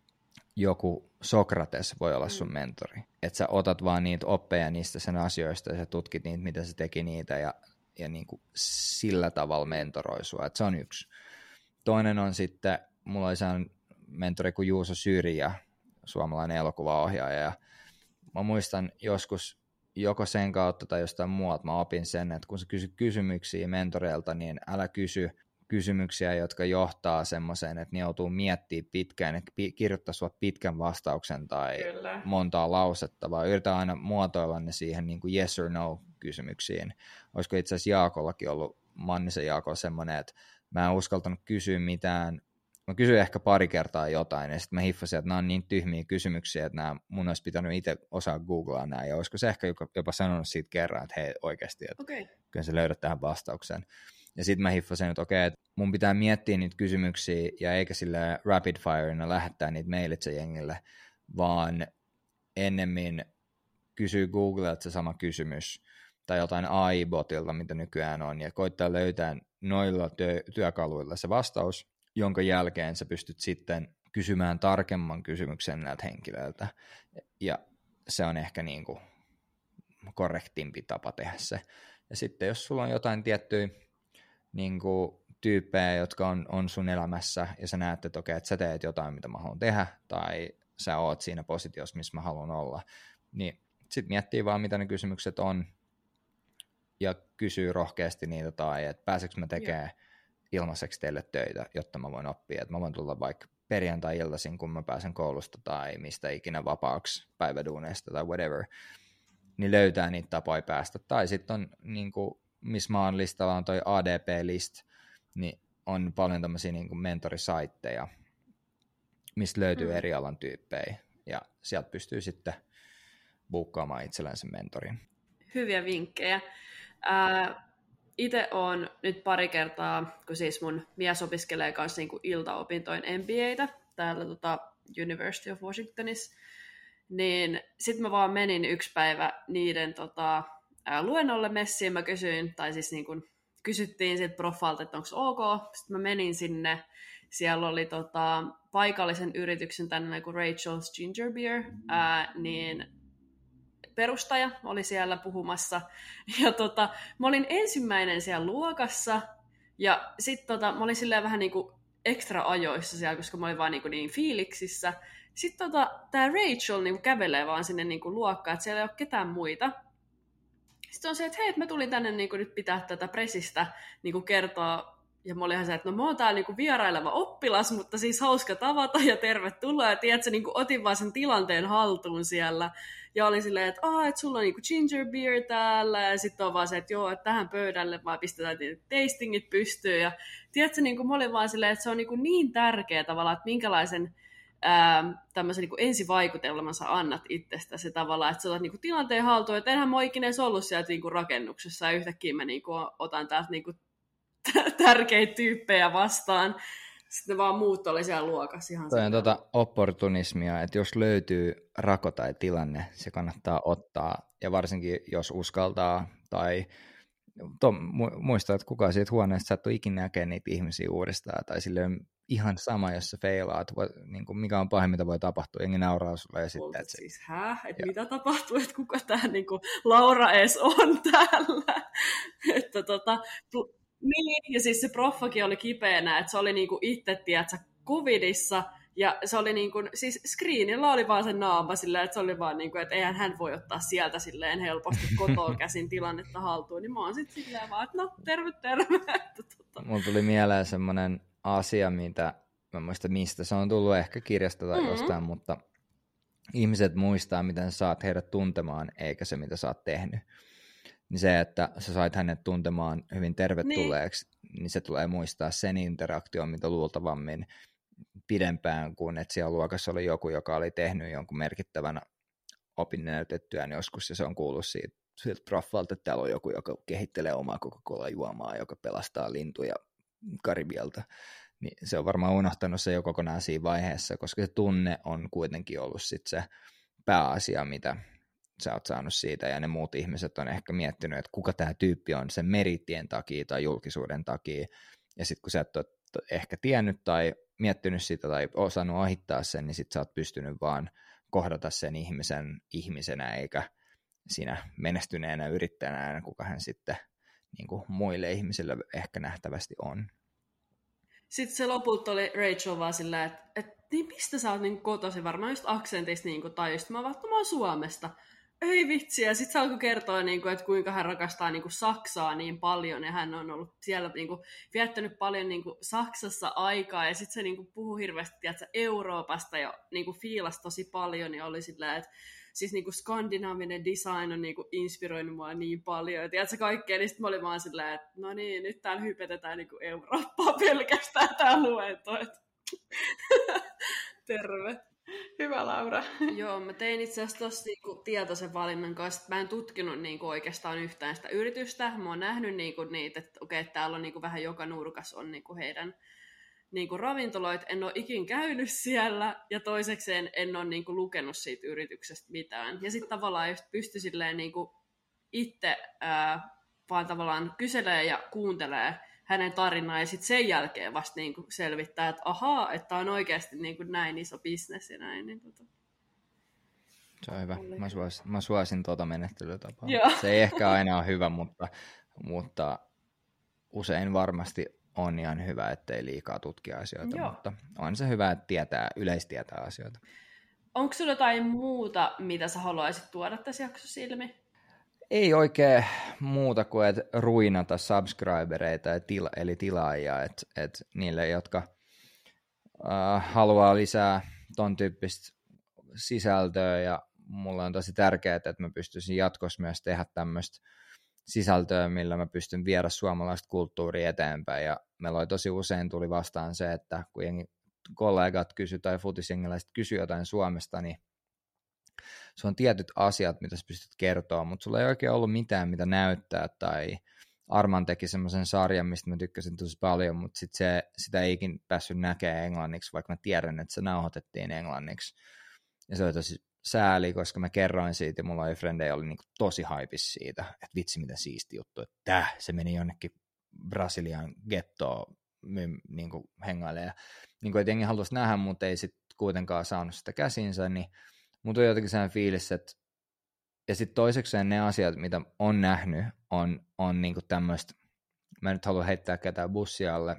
S2: joku Sokrates voi olla sun mentori. Että sä otat vaan niitä oppeja niistä sen asioista ja sä tutkit niitä, mitä se teki niitä ja, ja niin kuin sillä tavalla mentoroi sua. Et se on yksi. Toinen on sitten, mulla oli sellainen mentori kuin Juuso Syrjä, suomalainen elokuvaohjaaja. Ja mä muistan joskus joko sen kautta tai jostain muualta mä opin sen, että kun sä kysyt kysymyksiä mentoreilta, niin älä kysy kysymyksiä, jotka johtaa semmoiseen, että ne joutuu miettimään pitkään, että kirjoittaa sua pitkän vastauksen tai Kyllä. montaa lausetta, vaan yritä aina muotoilla ne siihen niin kuin yes or no kysymyksiin. Olisiko itse asiassa Jaakollakin ollut, Mannisen Jaakolla semmoinen, että mä en uskaltanut kysyä mitään. Mä kysyin ehkä pari kertaa jotain, ja sitten mä hiffasin, että nämä on niin tyhmiä kysymyksiä, että nämä, mun olisi pitänyt itse osaa googlaa nämä, ja olisiko se ehkä jopa sanonut siitä kerran, että hei oikeasti, että okay. kyllä sä löydät tähän vastauksen. Ja sitten mä hiffasin, että okei, että mun pitää miettiä niitä kysymyksiä, ja eikä sillä rapid fireina lähettää niitä mailitse jengille, vaan ennemmin kysyy Googlelta se sama kysymys, tai jotain A I-botilta, mitä nykyään on, ja koittaa löytää noilla työ- työkaluilla se vastaus, jonka jälkeen sä pystyt sitten kysymään tarkemman kysymyksen näiltä henkilöiltä. Ja se on ehkä niin kuin korrektimpi tapa tehdä se. Ja sitten jos sulla on jotain tiettyjä niin kuin tyyppejä, jotka on, on sun elämässä, ja sä näet, että okei, että sä teet jotain, mitä mä haluan tehdä, tai sä oot siinä positiossa, missä mä haluan olla, niin sit miettii vaan, mitä ne kysymykset on, ja kysyy rohkeasti niitä, tai että pääseekö mä tekemään yeah. ilmaiseksi teille töitä, jotta mä voin oppia, että mä voin tulla vaikka perjantai-iltaisin, kun mä pääsen koulusta tai mistä ikinä vapaaksi päiväduuneista tai whatever, niin löytää niitä tapoja päästä. Tai sitten on, niin kuin, missä mä oon listalla, on toi A D P-list, niin on paljon tämmöisiä niin kuin mentorisaitteja, mistä löytyy mm. eri alan tyyppejä, ja sieltä pystyy sitten buukkaamaan itselleen sen mentorin.
S1: Hyviä vinkkejä. Äh... Itse olen nyt pari kertaa, kun siis mun mies opiskelee kanssa niinku iltaopintoin M B A:tä täällä tota University of Washingtonissa, niin sitten mä vaan menin yksi päivä niiden tota, ää, luennolle messiin, mä kysyin, tai siis niinku, kysyttiin siitä proffalta, että onko ok, sitten mä menin sinne, siellä oli tota, paikallisen yrityksen tänne kuin Rachel's Ginger Beer, ää, niin perustaja oli siellä puhumassa, ja tota, mä olin ensimmäinen siellä luokassa, ja sitten tota, mä olin silleen vähän niinku ekstra ajoissa siellä, koska mä olin vaan niinku niin fiiliksissä. Sitten tota, tää Rachel niinku kävelee vaan sinne niinku luokkaan, että siellä ei ole ketään muita. Sitten on se, että hei, että mä tulin tänne niinku nyt pitää tätä presistä niinku kertoa, ja mä olin ihan se, että no mä oon täällä niinku vieraileva oppilas, mutta siis hauska tavata ja tervetuloa. Ja tiedätkö, niinku otin vaan sen tilanteen haltuun siellä. Ja olin silleen, että aah, että sulla on niinku ginger beer täällä. Ja sitten on vaan se, että joo, että tähän pöydälle vaan pistetään tastingit pystyyn. Ja tiedätkö, niinku mä olin vaan silleen, että se on niinku niin tärkeä tavallaan, että minkälaisen ää, tämmöisen niinku ensivaikutelman sä annat itsestäsi tavallaan, että sä otat niinku tilanteen haltuun. Että enhän mä oon ikinä edes ollut sieltä niinku rakennuksessa. Ja yhtäkkiä mä niinku otan täältä niinku tärkeitä tyyppejä vastaan. Sitten vaan muut oli siellä luokassa ihan
S2: Toi on tuota opportunismia, että jos löytyy rako tai tilanne, se kannattaa ottaa. Ja varsinkin jos uskaltaa tai to, muistaa, että kukaan siitä huoneesta sattuu ikinä näkemään niitä ihmisiä uudestaan. Tai silleen ihan sama, jos sä feilaat, niin kuin mikä on pahin, mitä voi tapahtua. Jengi nauraa sulle ja sitten... Että
S1: siis hä? Että mitä tapahtuu, että kuka tää niin kuin Laura ees on täällä? Että tota... Niin, ja siis se proffakin oli kipeänä, että se oli niinku itse, tiedätkö, covidissa, ja se oli niinku, siis screenillä oli vaan se naama silleen, että se oli vaan niinku, että eihän hän voi ottaa sieltä silleen helposti kotoa käsin tilannetta haltuun, niin mä oon sitten silleen vaan, että no, terve, terve. Tota.
S2: Mulla tuli mieleen semmoinen asia, mitä, mä muistan mistä se on tullut ehkä kirjasta tai mm-hmm. jostain, mutta ihmiset muistaa, miten sä saat heidät tuntemaan, eikä se, mitä sä oot tehnyt. Niin se, että sä sait hänet tuntemaan hyvin tervetulleeksi, niin, niin se tulee muistaa sen interaktion, mitä luultavammin pidempään kuin, että siellä luokassa oli joku, joka oli tehnyt jonkun merkittävän opinnäytetyön joskus, ja se on kuullut siitä, siltä proffalta, että täällä on joku, joka kehittelee omaa Coca-Cola-juomaa, joka pelastaa lintuja Karibialta. Niin se on varmaan unohtanut se jo kokonaan siinä vaiheessa, koska se tunne on kuitenkin ollut sit se pääasia, mitä sä oot saanut siitä, ja ne muut ihmiset on ehkä miettinyt, että kuka tämä tyyppi on sen merittien takia tai julkisuuden takia, ja sitten kun sä et ole ehkä tiennyt tai miettinyt sitä tai osannut ohittaa sen, niin sit sä oot pystynyt vaan kohdata sen ihmisen ihmisenä, eikä siinä menestyneenä yrittäjänä, kuka hän sitten niin kuin muille ihmisille ehkä nähtävästi on.
S1: Sitten se lopulta oli Rachel vaan sillä, että, että niin mistä sä oot niin kotoisin, varmaan just aksentista niin tajust. Mä vaan, että mä oon Suomesta. ei vitsi, ja sitten se alkoi kertoa, niin kuin, että kuinka hän rakastaa niin kuin Saksaa niin paljon, ja hän on ollut siellä niin kuin, viettänyt paljon niin kuin, Saksassa aikaa, ja sitten se niin kuin, puhui hirveästi tiedätkö, Euroopasta, ja niin kuin, fiilasi tosi paljon, ja oli silleen, että siis niin kuin, skandinaavinen design on niin kuin, inspiroinut mua niin paljon, ja tiedätkö, kaikkea, niin sitten mä olin vaan silleen, että no niin, nyt täällä hypetetään niin kuin, Eurooppaa pelkästään tää luento, että terve.
S3: Hyvä, Laura.
S1: Joo, mä tein itse asiassa tossa niinku tietoisen valinnan kanssa, että mä en tutkinut niinku oikeastaan yhtään sitä yritystä. Mä oon nähnyt niinku niitä, että okei, että täällä on niinku vähän joka nurkas on niinku heidän niinku ravintoloit. En ole ikin käynyt siellä, ja toisekseen en ole niinku lukenut siitä yrityksestä mitään. Ja sitten tavallaan just pysty silleen niinku itse ää, vaan tavallaan kyselee ja kuuntelee hänen tarinaa, ja sitten sen jälkeen vasta niinku selvittää, että ahaa, että on oikeasti niinku näin iso bisnes ja näin. Niin tota.
S2: Se on hyvä. Mä suosin, mä suosin tuota menettelytapaa.
S1: Joo.
S2: Se ei ehkä aina ole hyvä, mutta, mutta usein varmasti on ihan hyvä, ettei liikaa tutkia asioita,
S1: Joo.
S2: mutta on se hyvä, että tietää, yleistietä asioita.
S1: Onko sulla jotain muuta, mitä sä haluaisit tuoda tässä jaksossa ilmi?
S2: Ei oikein muuta kuin, että ruinata subscribereita ja tila, eli tilaajia, että et niille, jotka äh, haluaa lisää ton tyyppistä sisältöä, ja mulla on tosi tärkeää, että mä pystyisin jatkossa myös tehdä tämmöistä sisältöä, millä mä pystyn viedä suomalaista kulttuuria eteenpäin, ja meillä oli tosi usein tuli vastaan se, että kun jengi, kollegat kysy tai futisjengiläiset kysy jotain Suomesta, niin se on tietyt asiat, mitä sä pystyt kertoa, mutta sulla ei oikein ollut mitään, mitä näyttää, tai Arman teki semmoisen sarjan, mistä mä tykkäsin tosi paljon, mutta sit se, sitä ei ikin päässyt näkemään englanniksi, vaikka mä tiedän, että se nauhoitettiin englanniksi. Ja se oli tosi sääli, koska mä kerroin siitä, ja mulla oli frendejä, oli niinku tosi haipis siitä, että vitsi mitä siisti juttu, että tää, se meni jonnekin Brasilian gettoon niinku hengailemaan. Ja niinku, että jengi haluaisi nähdä, mutta ei sit kuitenkaan saanut sitä käsinsä, niin mutta on jotenkin sellainen fiilis, että ja sitten toisekseen ne asiat, mitä on nähnyt, on, on niinku tämmöistä, mä en nyt halua heittää ketään bussia alle,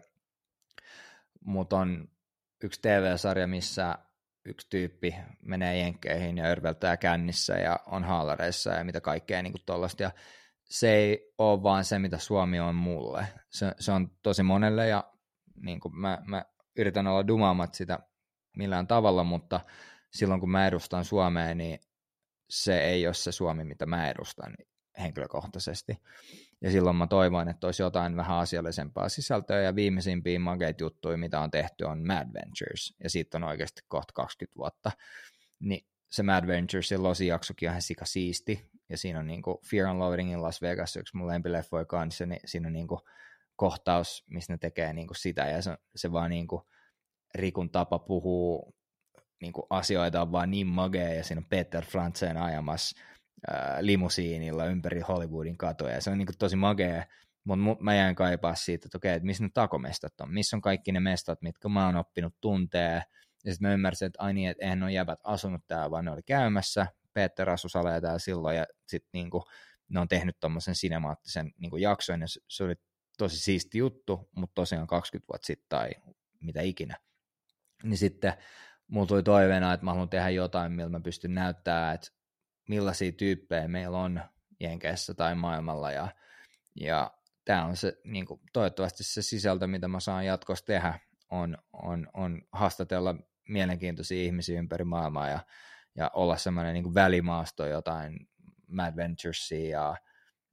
S2: mutta on yksi T V-sarja, missä yksi tyyppi menee jenkkeihin ja örveltää kännissä ja on haalareissa ja mitä kaikkea niinku tollaista, ja se ei ole vaan se, mitä Suomi on mulle. Se, se on tosi monelle, ja niinku mä, mä yritän olla dumaamat sitä millään tavalla, mutta silloin kun mä edustan Suomea, niin se ei ole se Suomi, mitä mä edustan henkilökohtaisesti. Ja silloin mä toivon, että olisi jotain vähän asiallisempaa sisältöä, ja viimeisimpiä makeita juttuja, mitä on tehty, on Mad Ventures, ja siitä on oikeasti kohta kaksikymmentä vuotta. Niin se Mad Venturesin losijaksokin on ihan sika siisti, ja siinä on niinku Fear and Loathing in Las Vegas, yksi mun lempileffoja kanssa, niin siinä on niinku kohtaus, missä ne tekee niinku sitä, ja se, se vaan niinku Rikun tapa puhuu niin kuin asioita on vaan niin magea, ja siinä on Peter Frantzen ajamassa ää, limusiinilla ympäri Hollywoodin katoja, ja se on niin kuin tosi magea, mutta mä jäin kaipaa siitä, että okei, että missä ne takomestat on, missä on kaikki ne mestat, mitkä mä oon oppinut tuntee, ja sitten mä ymmärsin, että ai niin, että eihän ne ole jäbät asunut täällä, vaan ne oli käymässä, Peter asui salee täällä silloin, ja sitten niin kuin ne on tehnyt tommosen sinemaattisen niin kuin jakson, ja se oli tosi siisti juttu, mutta tosiaan kaksikymmentä vuotta sitten tai mitä ikinä, niin sitten mulla tuli toiveena, että mä haluan tehdä jotain, millä mä pystyn näyttämään, että millaisia tyyppejä meillä on Jenkeissä tai maailmalla, ja, ja tämä on se, niin kuin, toivottavasti se sisältö, mitä mä saan jatkossa tehdä, on, on, on haastatella mielenkiintoisia ihmisiä ympäri maailmaa, ja, ja olla semmoinen niin kuin välimaasto, jotain Mad Venturesia, ja äh,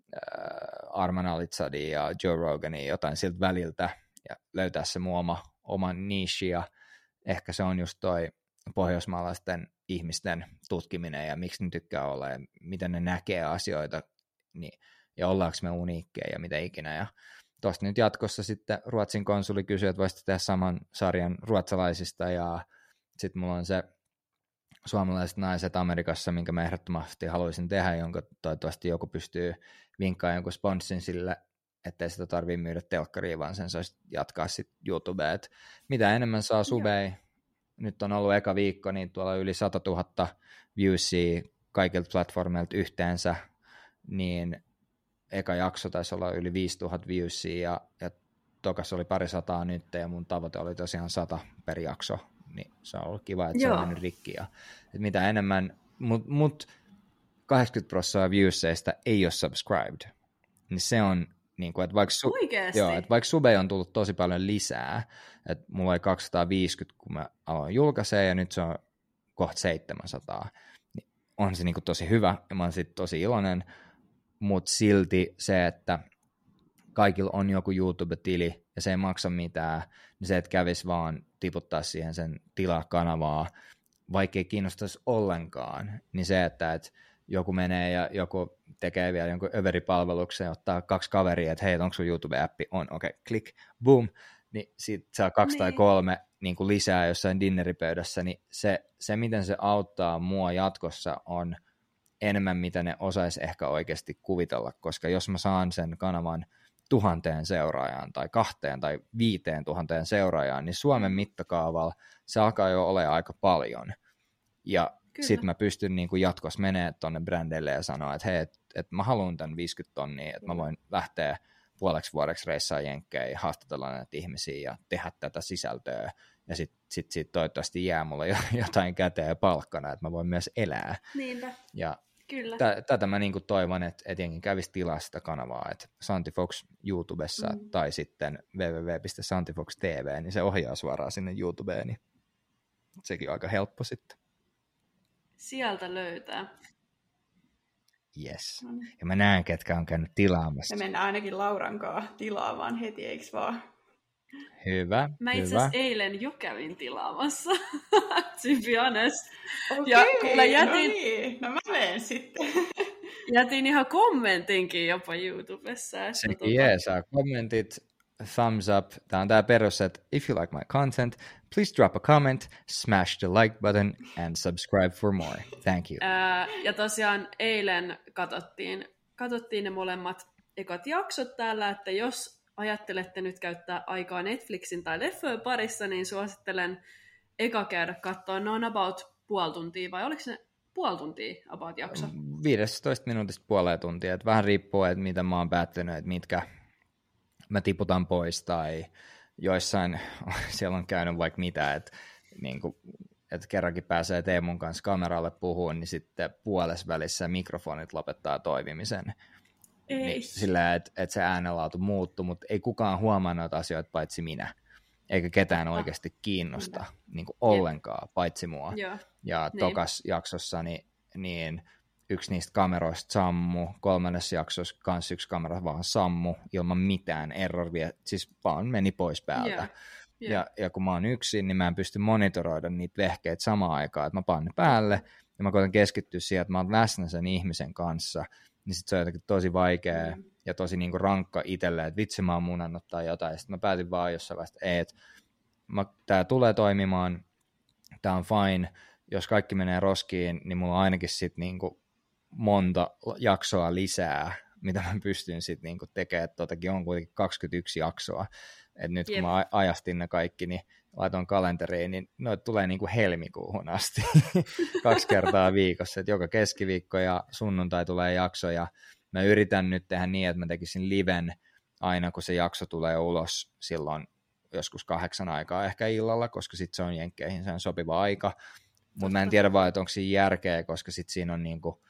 S2: Arman Alitsadia, ja Joe Rogania, jotain siltä väliltä, ja löytää se mun oma, oma niche, ja ehkä se on just toi pohjoismaalaisten ihmisten tutkiminen ja miksi ne tykkää olla ja miten ne näkee asioita niin, ja ollaanko me uniikkeja ja mitä ikinä. Ja tuosta nyt jatkossa sitten Ruotsin konsuli kysyi, että voisitte tehdä saman sarjan ruotsalaisista, ja sitten mulla on se suomalaiset naiset Amerikassa, minkä mä ehdottomasti haluaisin tehdä, jonka toivottavasti joku pystyy vinkkaamaan jonkun sponssin sille, ettei sitä tarvitse myydä telkkariin, vaan sen saisi jatkaa sitten YouTubeen. Et mitä enemmän saa subeja, nyt on ollut eka viikko, niin tuolla yli sata tuhatta viewsia kaikilta platformeilta yhteensä, niin eka jakso taisi olla yli viisituhatta viewsia, ja, ja tokas oli pari sataa nyt, ja mun tavoite oli tosiaan sata per jakso, niin se on ollut kiva, että Joo. se on mennyt rikki. Ja, että mitä enemmän, mutta mut, kahdeksankymmentä prosenttia viewseistä ei ole subscribed. Niin se on, niin kuin, että vaikka, su- joo, että vaikka subeja on tullut tosi paljon lisää, että mulla oli kaksisataaviisikymmentä, kun mä aloin julkaisee, ja nyt se on kohta seitsemänsataa, niin on se niin kuin tosi hyvä, ja mä oon siitä tosi iloinen, mutta silti se, että kaikilla on joku YouTube-tili, ja se ei maksa mitään, niin se, että kävisi vaan tiputtaa siihen sen tilakanavaa, vaikka ei kiinnostaisi ollenkaan, niin se, että et joku menee ja joku tekee vielä jonkun överipalveluksen ja ottaa kaksi kaveria, että hei, onko sun YouTube-appi? On, okei, okay, klik, boom, niin sit saa kaksi niin. tai kolme niin kuin lisää jossain dinneripöydässä, niin se, se, miten se auttaa mua jatkossa, on enemmän, mitä ne osaisi ehkä oikeasti kuvitella, koska jos mä saan sen kanavan tuhanteen seuraajaan tai kahteen tai viiteen tuhanteen seuraajaan, niin Suomen mittakaavalla se alkaa jo olemaan aika paljon. Ja sitten mä pystyn niin kuin jatkossa menemään tuonne brändeille ja sanoa, että hei, että et mä haluan tämän viisikymmentä tonnia, että mä voin lähteä puoleksi vuodeksi reissaan jenkkeihin, haastatella näitä ihmisiä ja tehdä tätä sisältöä. Ja sitten sit, sit toivottavasti jää mulle jotain käteen palkkana, että mä voin myös elää.
S1: Niinpä.
S2: Ja
S1: Kyllä.
S2: T- tätä mä niinku toivon, että et jengi kävisi tilaa sitä kanavaa, että Santifox YouTubessa mm. tai sitten double-u double-u double-u piste santifox piste t v, niin se ohjaa suoraan sinne YouTubeen, niin sekin on aika helppo sitten.
S1: Sieltä löytää.
S2: Yes.
S3: Mm.
S2: Ja mä näen, ketkä on käynyt tilaamassa.
S3: Me mennään ainakin Laurankaan tilaamaan heti, eikö vaan?
S2: Hyvä,
S1: Mä
S2: hyvä.
S1: itse asiassa eilen jo kävin tilaamassa, to be honest.
S3: Okei,
S1: ja kyllä jätin,
S3: no niin, no mä menen sitten.
S1: jätin ihan kommentinkin jopa YouTubessa. Että
S2: Sekin
S1: tota...
S2: jee, saa kommentit, thumbs up. Tää on tää perus, että if you like my content, please drop a comment, smash the like button, and subscribe for more. Thank you.
S1: Ää, ja tosiaan eilen katsottiin, katsottiin ne molemmat ekat jaksot täällä, että jos ajattelette nyt käyttää aikaa Netflixin tai leffojen parissa, niin suosittelen eka käydä katsoa. Ne on about puoli tuntia, vai oliko se puoli tuntia about jakso?
S2: viisitoista minuutista puoleen tuntia. Että vähän riippuu, että mitä mä oon päättänyt, että mitkä mä tiputan pois, tai joissain siellä on käynyt vaikka mitä, että, niin kuin, että kerrankin pääsee Teemun kanssa kameralle puhumaan, niin sitten puolessa välissä mikrofonit lopettaa toimimisen. Niin, sillä, että, että se äänenlaatu muuttuu, mutta ei kukaan huomaa noita asioita paitsi minä, eikä ketään oikeasti kiinnosta niin kuin ollenkaan, paitsi mua.
S1: Joo.
S2: Ja
S1: niin.
S2: tokas jaksossa niin, niin yksi niistä kameroista sammu, kolmannessa jaksossa kans yksi kamera vaan sammu ilman mitään erroria, siis vaan meni pois päältä.
S1: Yeah. Yeah.
S2: Ja, ja kun mä oon yksin, niin mä en pysty monitoroida niitä vehkeitä samaan aikaan, että mä panen ne päälle, ja mä koitan keskittyä siihen, että mä oon läsnä sen ihmisen kanssa, niin sit se on jotenkin tosi vaikea mm. ja tosi niinku rankka itselle, että vitsi mä oon munannut tai jotain, ja sit mä päätin vaan jossain vaiheessa, että tää tulee toimimaan, tää on fine, jos kaikki menee roskiin, niin mulla on ainakin sit niinku monta jaksoa lisää, mitä mä pystyn sit niinku tekemään, totakin on kuitenkin kaksikymmentäyksi jaksoa, että nyt kun Jep. mä ajastin ne kaikki, niin laitoin kalenteriin, niin noita tulee niinku helmikuuhun asti kaksi kertaa viikossa, että joka keskiviikko ja sunnuntai tulee jakso, ja mä yritän nyt tehdä niin, että mä tekisin liven aina, kun se jakso tulee ulos silloin joskus kahdeksan aikaa ehkä illalla, koska sitten se on jenkkeihin, se on sopiva aika, mutta mä en tiedä vaan, että onko siinä järkeä, koska sitten siinä on niinku,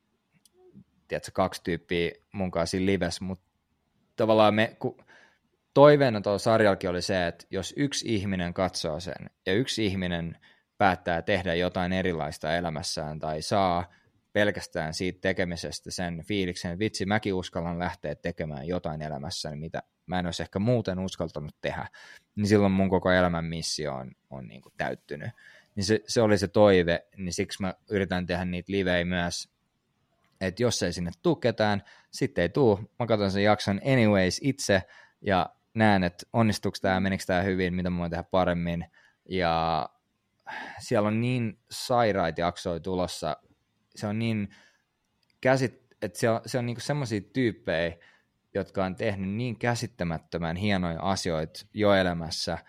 S2: tiedätkö, kaksi tyyppiä mun kanssa siinä livessä, mutta tavallaan me, kun toiveena tuolla sarjallakin oli se, että jos yksi ihminen katsoo sen ja yksi ihminen päättää tehdä jotain erilaista elämässään tai saa pelkästään siitä tekemisestä sen fiiliksen, että vitsi, mäkin uskallan lähteä tekemään jotain elämässäni, mitä mä en olisi ehkä muuten uskaltanut tehdä, niin silloin mun koko elämän missio on, on niin kuin täyttynyt. Niin se, se oli se toive, niin siksi mä yritän tehdä niitä livejä myös, että jos ei sinne tule ketään, sitten ei tule. Mä katson sen jakson anyways itse ja näen, että onnistuuko tämä, menikö tämä hyvin, mitä mä voin tehdä paremmin. Ja siellä on niin sairaita jaksoja tulossa. Se on niin käsit, että se on, se on niinku semmoisia tyyppejä, jotka on tehnyt niin käsittämättömän hienoja asioita jo elämässä.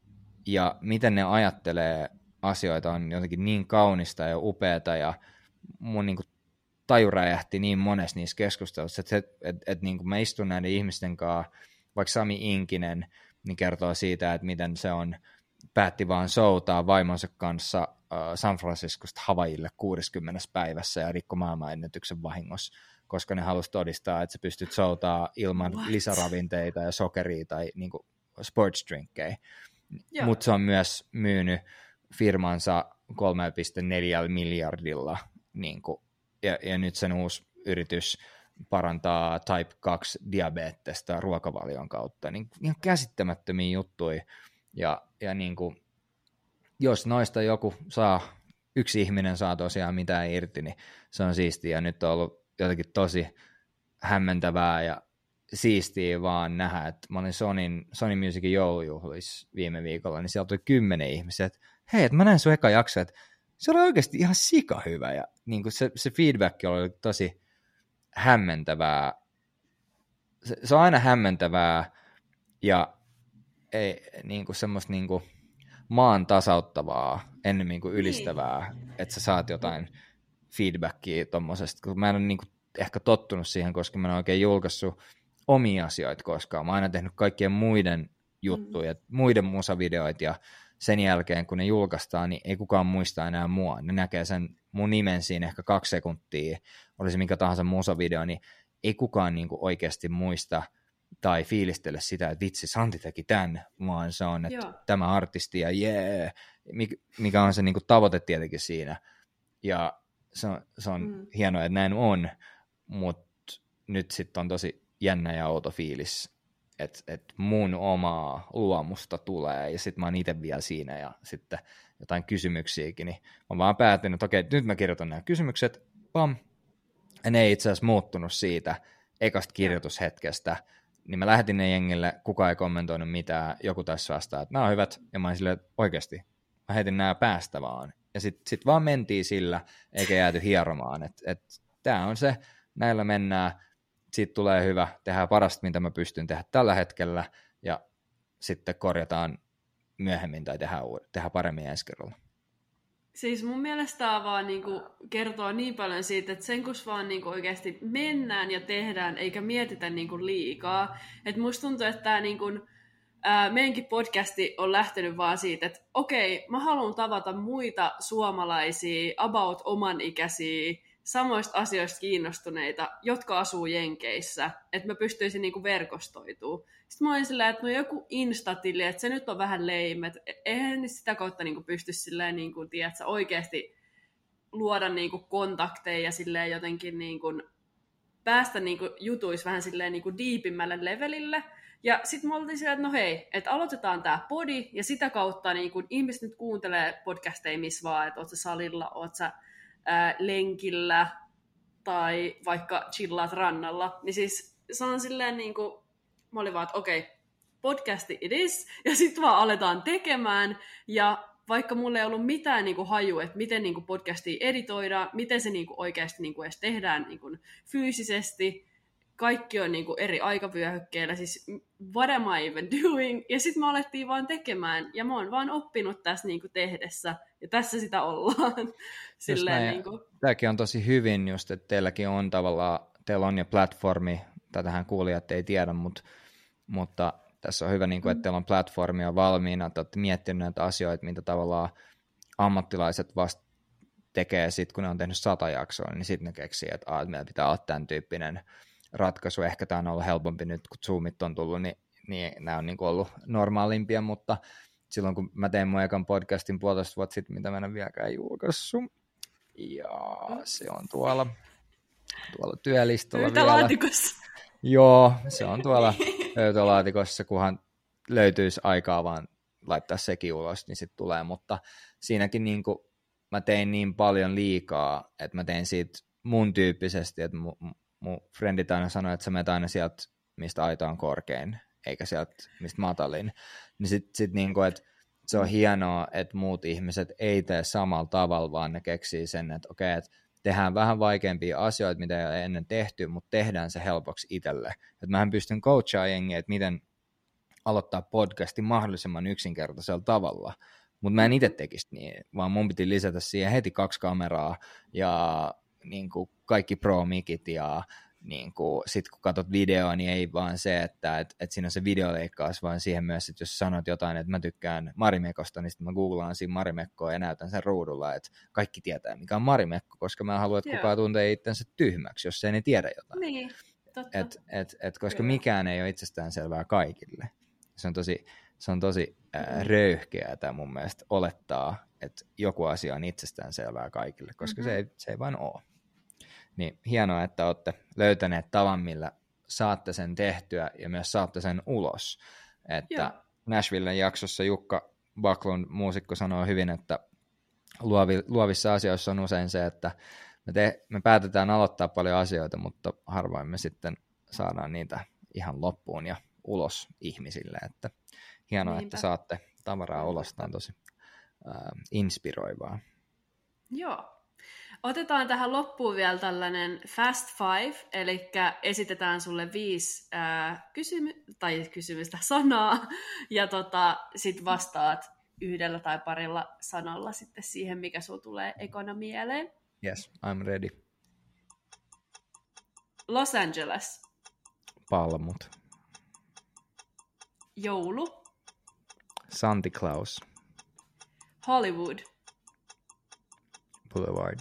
S2: Ja miten ne ajattelee asioita on jotenkin niin kaunista ja upeata. Ja mun niinku taju räjähti niin monessa niissä keskustelussa, että, että, että, että niin kuin mä istun näiden ihmisten kanssa, vaikka Sami Inkinen, niin kertoo siitä, että miten se on, päätti vaan soutaa vaimonsa kanssa San Franciscosta Havaijille kuudessakymmenessä päivässä ja rikko maailmanennätyksen vahingossa, koska ne halusi todistaa, että sä pystyt soutaa ilman What? lisäravinteita ja sokeria tai niin kuin sports drinkkejä. Mutta se on myös myynyt firmansa kolme pilkku neljä miljardilla, niin kuin, ja, ja nyt sen uusi yritys parantaa type kaksi diabetesta ruokavalion kautta. Niin ihan käsittämättömiä juttuja. Ja, ja niin kuin, jos noista joku saa, yksi ihminen saa tosiaan mitään irti, niin se on siistiä. Ja nyt on ollut jotenkin tosi hämmentävää ja siistiä vaan nähdä, että mä olin Sonyn, Sony Musicin joulujuhlissa viime viikolla, niin sieltä tuli kymmenen ihmisiä, että hei, että mä näin sun eka jakso, että se oli oikeasti ihan sika hyvä. Ja niin kuin se, se feedback oli tosi hämmentävää. Se, se on aina hämmentävää ja ei niin kuin semmoista niin kuin maan tasauttavaa ennemmin kuin ylistävää, niin. Että sä saat jotain feedbackia tommosesta, kun mä en ole niin kuin ehkä tottunut siihen, koska mä en oikein julkaissut omia asioita koskaan. Mä oon aina tehnyt kaikkien muiden juttuja, mm. muiden musavideoita ja sen jälkeen, kun ne julkaistaan, niin ei kukaan muista enää mua. Ne näkee sen mun nimen siinä ehkä kaksi sekuntia, olisi mikä tahansa musavideo, niin ei kukaan niin kuin oikeasti muista tai fiilistele sitä, että vitsi, Santi teki tämän, vaan se on, että Joo. tämä artisti ja jee, yeah, mikä on se niin kuin tavoite tietenkin siinä. Ja se on, se on mm. hienoa, että näin on, mutta nyt sitten on tosi jännä ja outo fiilis, että et mun omaa luomusta tulee, ja sitten mä oon itse vielä siinä, ja sitten jotain kysymyksiäkin, niin mä vaan päätin, että okei, nyt mä kirjoitan nämä kysymykset, pam, ja ne ei itse asiassa muuttunut siitä ekasta kirjoitushetkestä, niin mä lähetin ne jengille, kukaan ei kommentoinut mitään, joku taisi vastaa, että nämä on hyvät, ja mä olin silleen, että oikeasti, mä heitin nämä päästä vaan, ja sitten sit vaan mentiin sillä, eikä jääty hieromaan, että et, tää on se, näillä mennään, siitä tulee hyvä, tehdään parasta, mitä mä pystyn tehdä tällä hetkellä, ja sitten korjataan myöhemmin tai tehdään, tehdään paremmin ensi kerralla.
S1: Siis mun mielestä tämä vaan niinku kertoo niin paljon siitä, että sen kun vaan niinku oikeasti mennään ja tehdään, eikä mietitä niinku liikaa. Et musta tuntuu, että tämä niinku, ää, meidänkin podcasti on lähtenyt vaan siitä, että okei, mä haluan tavata muita suomalaisia, about oman ikäisiä, samoista asioista kiinnostuneita, jotka asuu Jenkeissä, että mä pystyisin niinku verkostoitumaan. Sitten mä olin silleen, että no joku Insta-tili, että se nyt on vähän lame, että eihän sitä kautta niinku pysty silleen, niinku, tiedätkö, oikeasti luoda niinku kontakteja ja silleen jotenkin niinku päästä niinku jutuissa vähän silleen niinku diipimmälle levelille. Ja sitten me oltiin silleen, että no hei, että aloitetaan tää podi, ja sitä kautta niinku ihmiset nyt kuuntelee podcasteja missä vaan, että oot sä salilla, oot sä ää, lenkillä, tai vaikka chillaat rannalla. Niin siis se on silleen niinku, mä olin vaan, että okei, okay, podcasti it is, ja sitten vaan aletaan tekemään, ja vaikka mulla ei ollut mitään niinku haju, että miten niinku podcastia editoidaan, miten se niinku oikeasti niinku edes tehdään niinku fyysisesti, kaikki on niinku eri aikavyöhykkeillä, siis what am I even doing, ja sitten me alettiin vaan tekemään, ja mä oon vaan oppinut tässä niinku tehdessä, ja tässä sitä ollaan. Silleen, niinku.
S2: Tämäkin on tosi hyvin just, että teilläkin on tavallaan, teillä on jo platformi, tätähän kuulijat ei tiedä, mutta, mutta tässä on hyvä, niin kuin, että teillä on platformia valmiina, että olette miettineet näitä asioita, mitä tavallaan ammattilaiset vasta tekee sitten, kun ne on tehnyt sata jaksoa, niin sitten ne keksii, että, ah, että meillä pitää olla tämän tyyppinen ratkaisu. Ehkä tämä on ollut helpompi nyt, kun Zoomit on tullut, niin, niin nämä on niin kuin ollut normaalimpia, mutta silloin, kun mä tein mun ekan podcastin puolitoista vuotta sitten, mitä mä en ole vieläkään julkaissut, ja se on tuolla, tuolla työlistalla vielä.
S1: Pöytälaatikossa.
S2: Joo, se on tuolla pöytälaatikossa, kunhan löytyisi aikaa vaan laittaa sekin ulos, niin sitten tulee, mutta siinäkin niin kuin mä tein niin paljon liikaa, että mä tein siitä mun tyyppisesti, että mun, mun friendit aina sanoi, että sä menet aina sieltä, mistä aita on korkein, eikä sieltä, mistä matalin. Niin sitten sit niin kuin, että se on hienoa, että muut ihmiset ei tee samalla tavalla, vaan ne keksii sen, että okei, että tehdään vähän vaikeampia asioita, mitä ei ole ennen tehty, mutta tehdään se helpoksi itselle. Että mähän pystyn coachaan jengiä, että miten aloittaa podcastin mahdollisimman yksinkertaisella tavalla. Mutta mä en itse tekisi niin, vaan mun piti lisätä siihen heti kaksi kameraa ja niin kuin kaikki pro-mikit ja niin kuin, sit kun katsot videoa, niin ei vaan se, että et, et siinä on se videoleikkaus, vaan siihen myös, että jos sanot jotain, että mä tykkään Marimekosta, niin sitten mä googlaan siinä Marimekkoa ja näytän sen ruudulla, että kaikki tietää, mikä on Marimekko, koska mä haluan, että
S1: Joo.
S2: kukaan tuntee itsensä tyhmäksi, jos ei ne tiedä jotain.
S1: Niin, totta.
S2: Et, et, et, koska
S3: Kyllä.
S2: mikään ei ole itsestäänselvää kaikille. Se on tosi, se on tosi äh, röyhkeää mun mielestä olettaa, että joku asia on itsestäänselvää kaikille, koska mm-hmm. se, ei, se ei vain ole. Niin hienoa, että olette löytäneet tavan, millä saatte sen tehtyä ja myös saatte sen ulos. Että
S1: Joo.
S2: Nashvillen jaksossa Jukka Backlund, muusikko, sanoo hyvin, että luovi, luovissa asioissa on usein se, että me, te, me päätetään aloittaa paljon asioita, mutta harvoin me sitten saadaan niitä ihan loppuun ja ulos ihmisille. Että hienoa,
S1: Niinpä.
S2: että saatte tavaraa ulos. Tämä on tosi äh, inspiroivaa.
S1: Joo. Otetaan tähän loppuun vielä tällainen Fast Five, eli esitetään sulle viisi ää, kysymy- tai kysymystä sanaa, ja tota, sit vastaat yhdellä tai parilla sanalla sitten siihen, mikä sulla tulee ekana mieleen.
S2: Yes, I'm ready.
S1: Los Angeles.
S2: Palmut.
S1: Joulu.
S2: Santa Claus.
S1: Hollywood.
S2: Boulevard.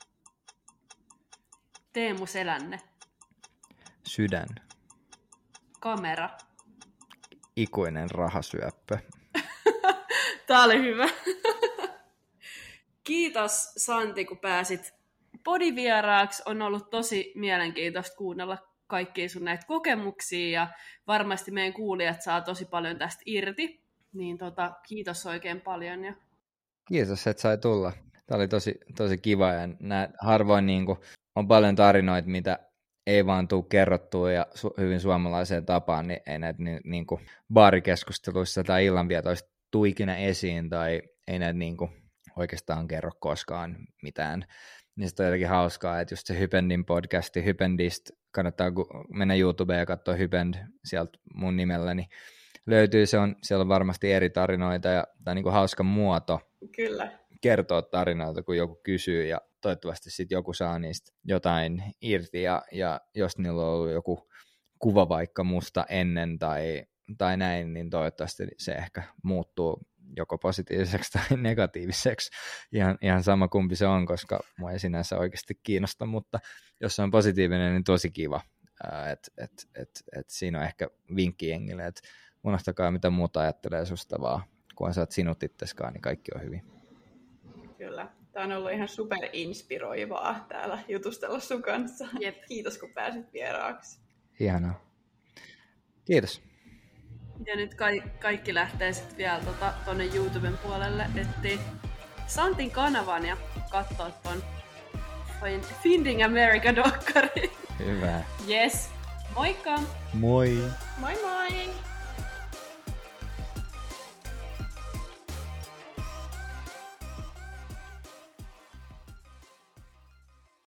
S1: Teemu Selänne.
S2: Sydän.
S1: Kamera.
S2: Ikuinen rahasyöppö.
S1: Tää oli hyvä. Kiitos Santi, kun pääsit podivieraaksi. On ollut tosi mielenkiintoista kuunnella kaikkia sun näitä kokemuksia ja varmasti meidän kuulijat saa tosi paljon tästä irti. Niin tota, kiitos oikein paljon. Ja...
S2: Kiitos, että sai tulla. Tämä oli tosi, tosi kiva ja nää, harvoin niin kuin, on paljon tarinoita, mitä ei vaan tule kerrottua ja su- hyvin suomalaiseen tapaan, niin ei näitä niin, niin kuin baarikeskusteluissa tai illanvietoissa tule ikinä esiin tai ei näitä niin kuin oikeastaan kerro koskaan mitään. Niin se on jotenkin hauskaa, että just se Hypendin podcasti, Hypendist, kannattaa mennä YouTubeen ja katsoa Hypend sieltä mun nimellä, niin löytyy, se on, siellä on varmasti eri tarinoita ja tämä on niin kuin hauska muoto.
S3: Kyllä.
S2: Kertoa tarinoita, kun joku kysyy ja toivottavasti sitten joku saa niistä jotain irti ja, ja jos niillä on ollut joku kuva vaikka musta ennen tai, tai näin, niin toivottavasti se ehkä muuttuu joko positiiviseksi tai negatiiviseksi. Ihan, ihan sama kumpi se on, koska mua ei sinänsä oikeasti kiinnosta, mutta jos se on positiivinen, niin tosi kiva. Et, et, et, et siinä on ehkä vinkki jengille, että unohtakaa mitä muuta ajattelee susta vaan, kun sä oot sinut itseskaan, niin kaikki on hyvin.
S3: Kyllä. Tämä on ollut ihan super inspiroivaa täällä jutustella sun kanssa.
S1: Jep.
S3: Kiitos, kun pääsit vieraaksi.
S2: Hienoa. Kiitos.
S1: Ja nyt ka- kaikki lähtee sitten vielä tota, tonne YouTuben puolelle etsii Santin kanavan ja katsoo ton Finding America-dokkari.
S2: Hyvä.
S1: Yes. Moikka!
S2: Moi!
S3: Moi moi!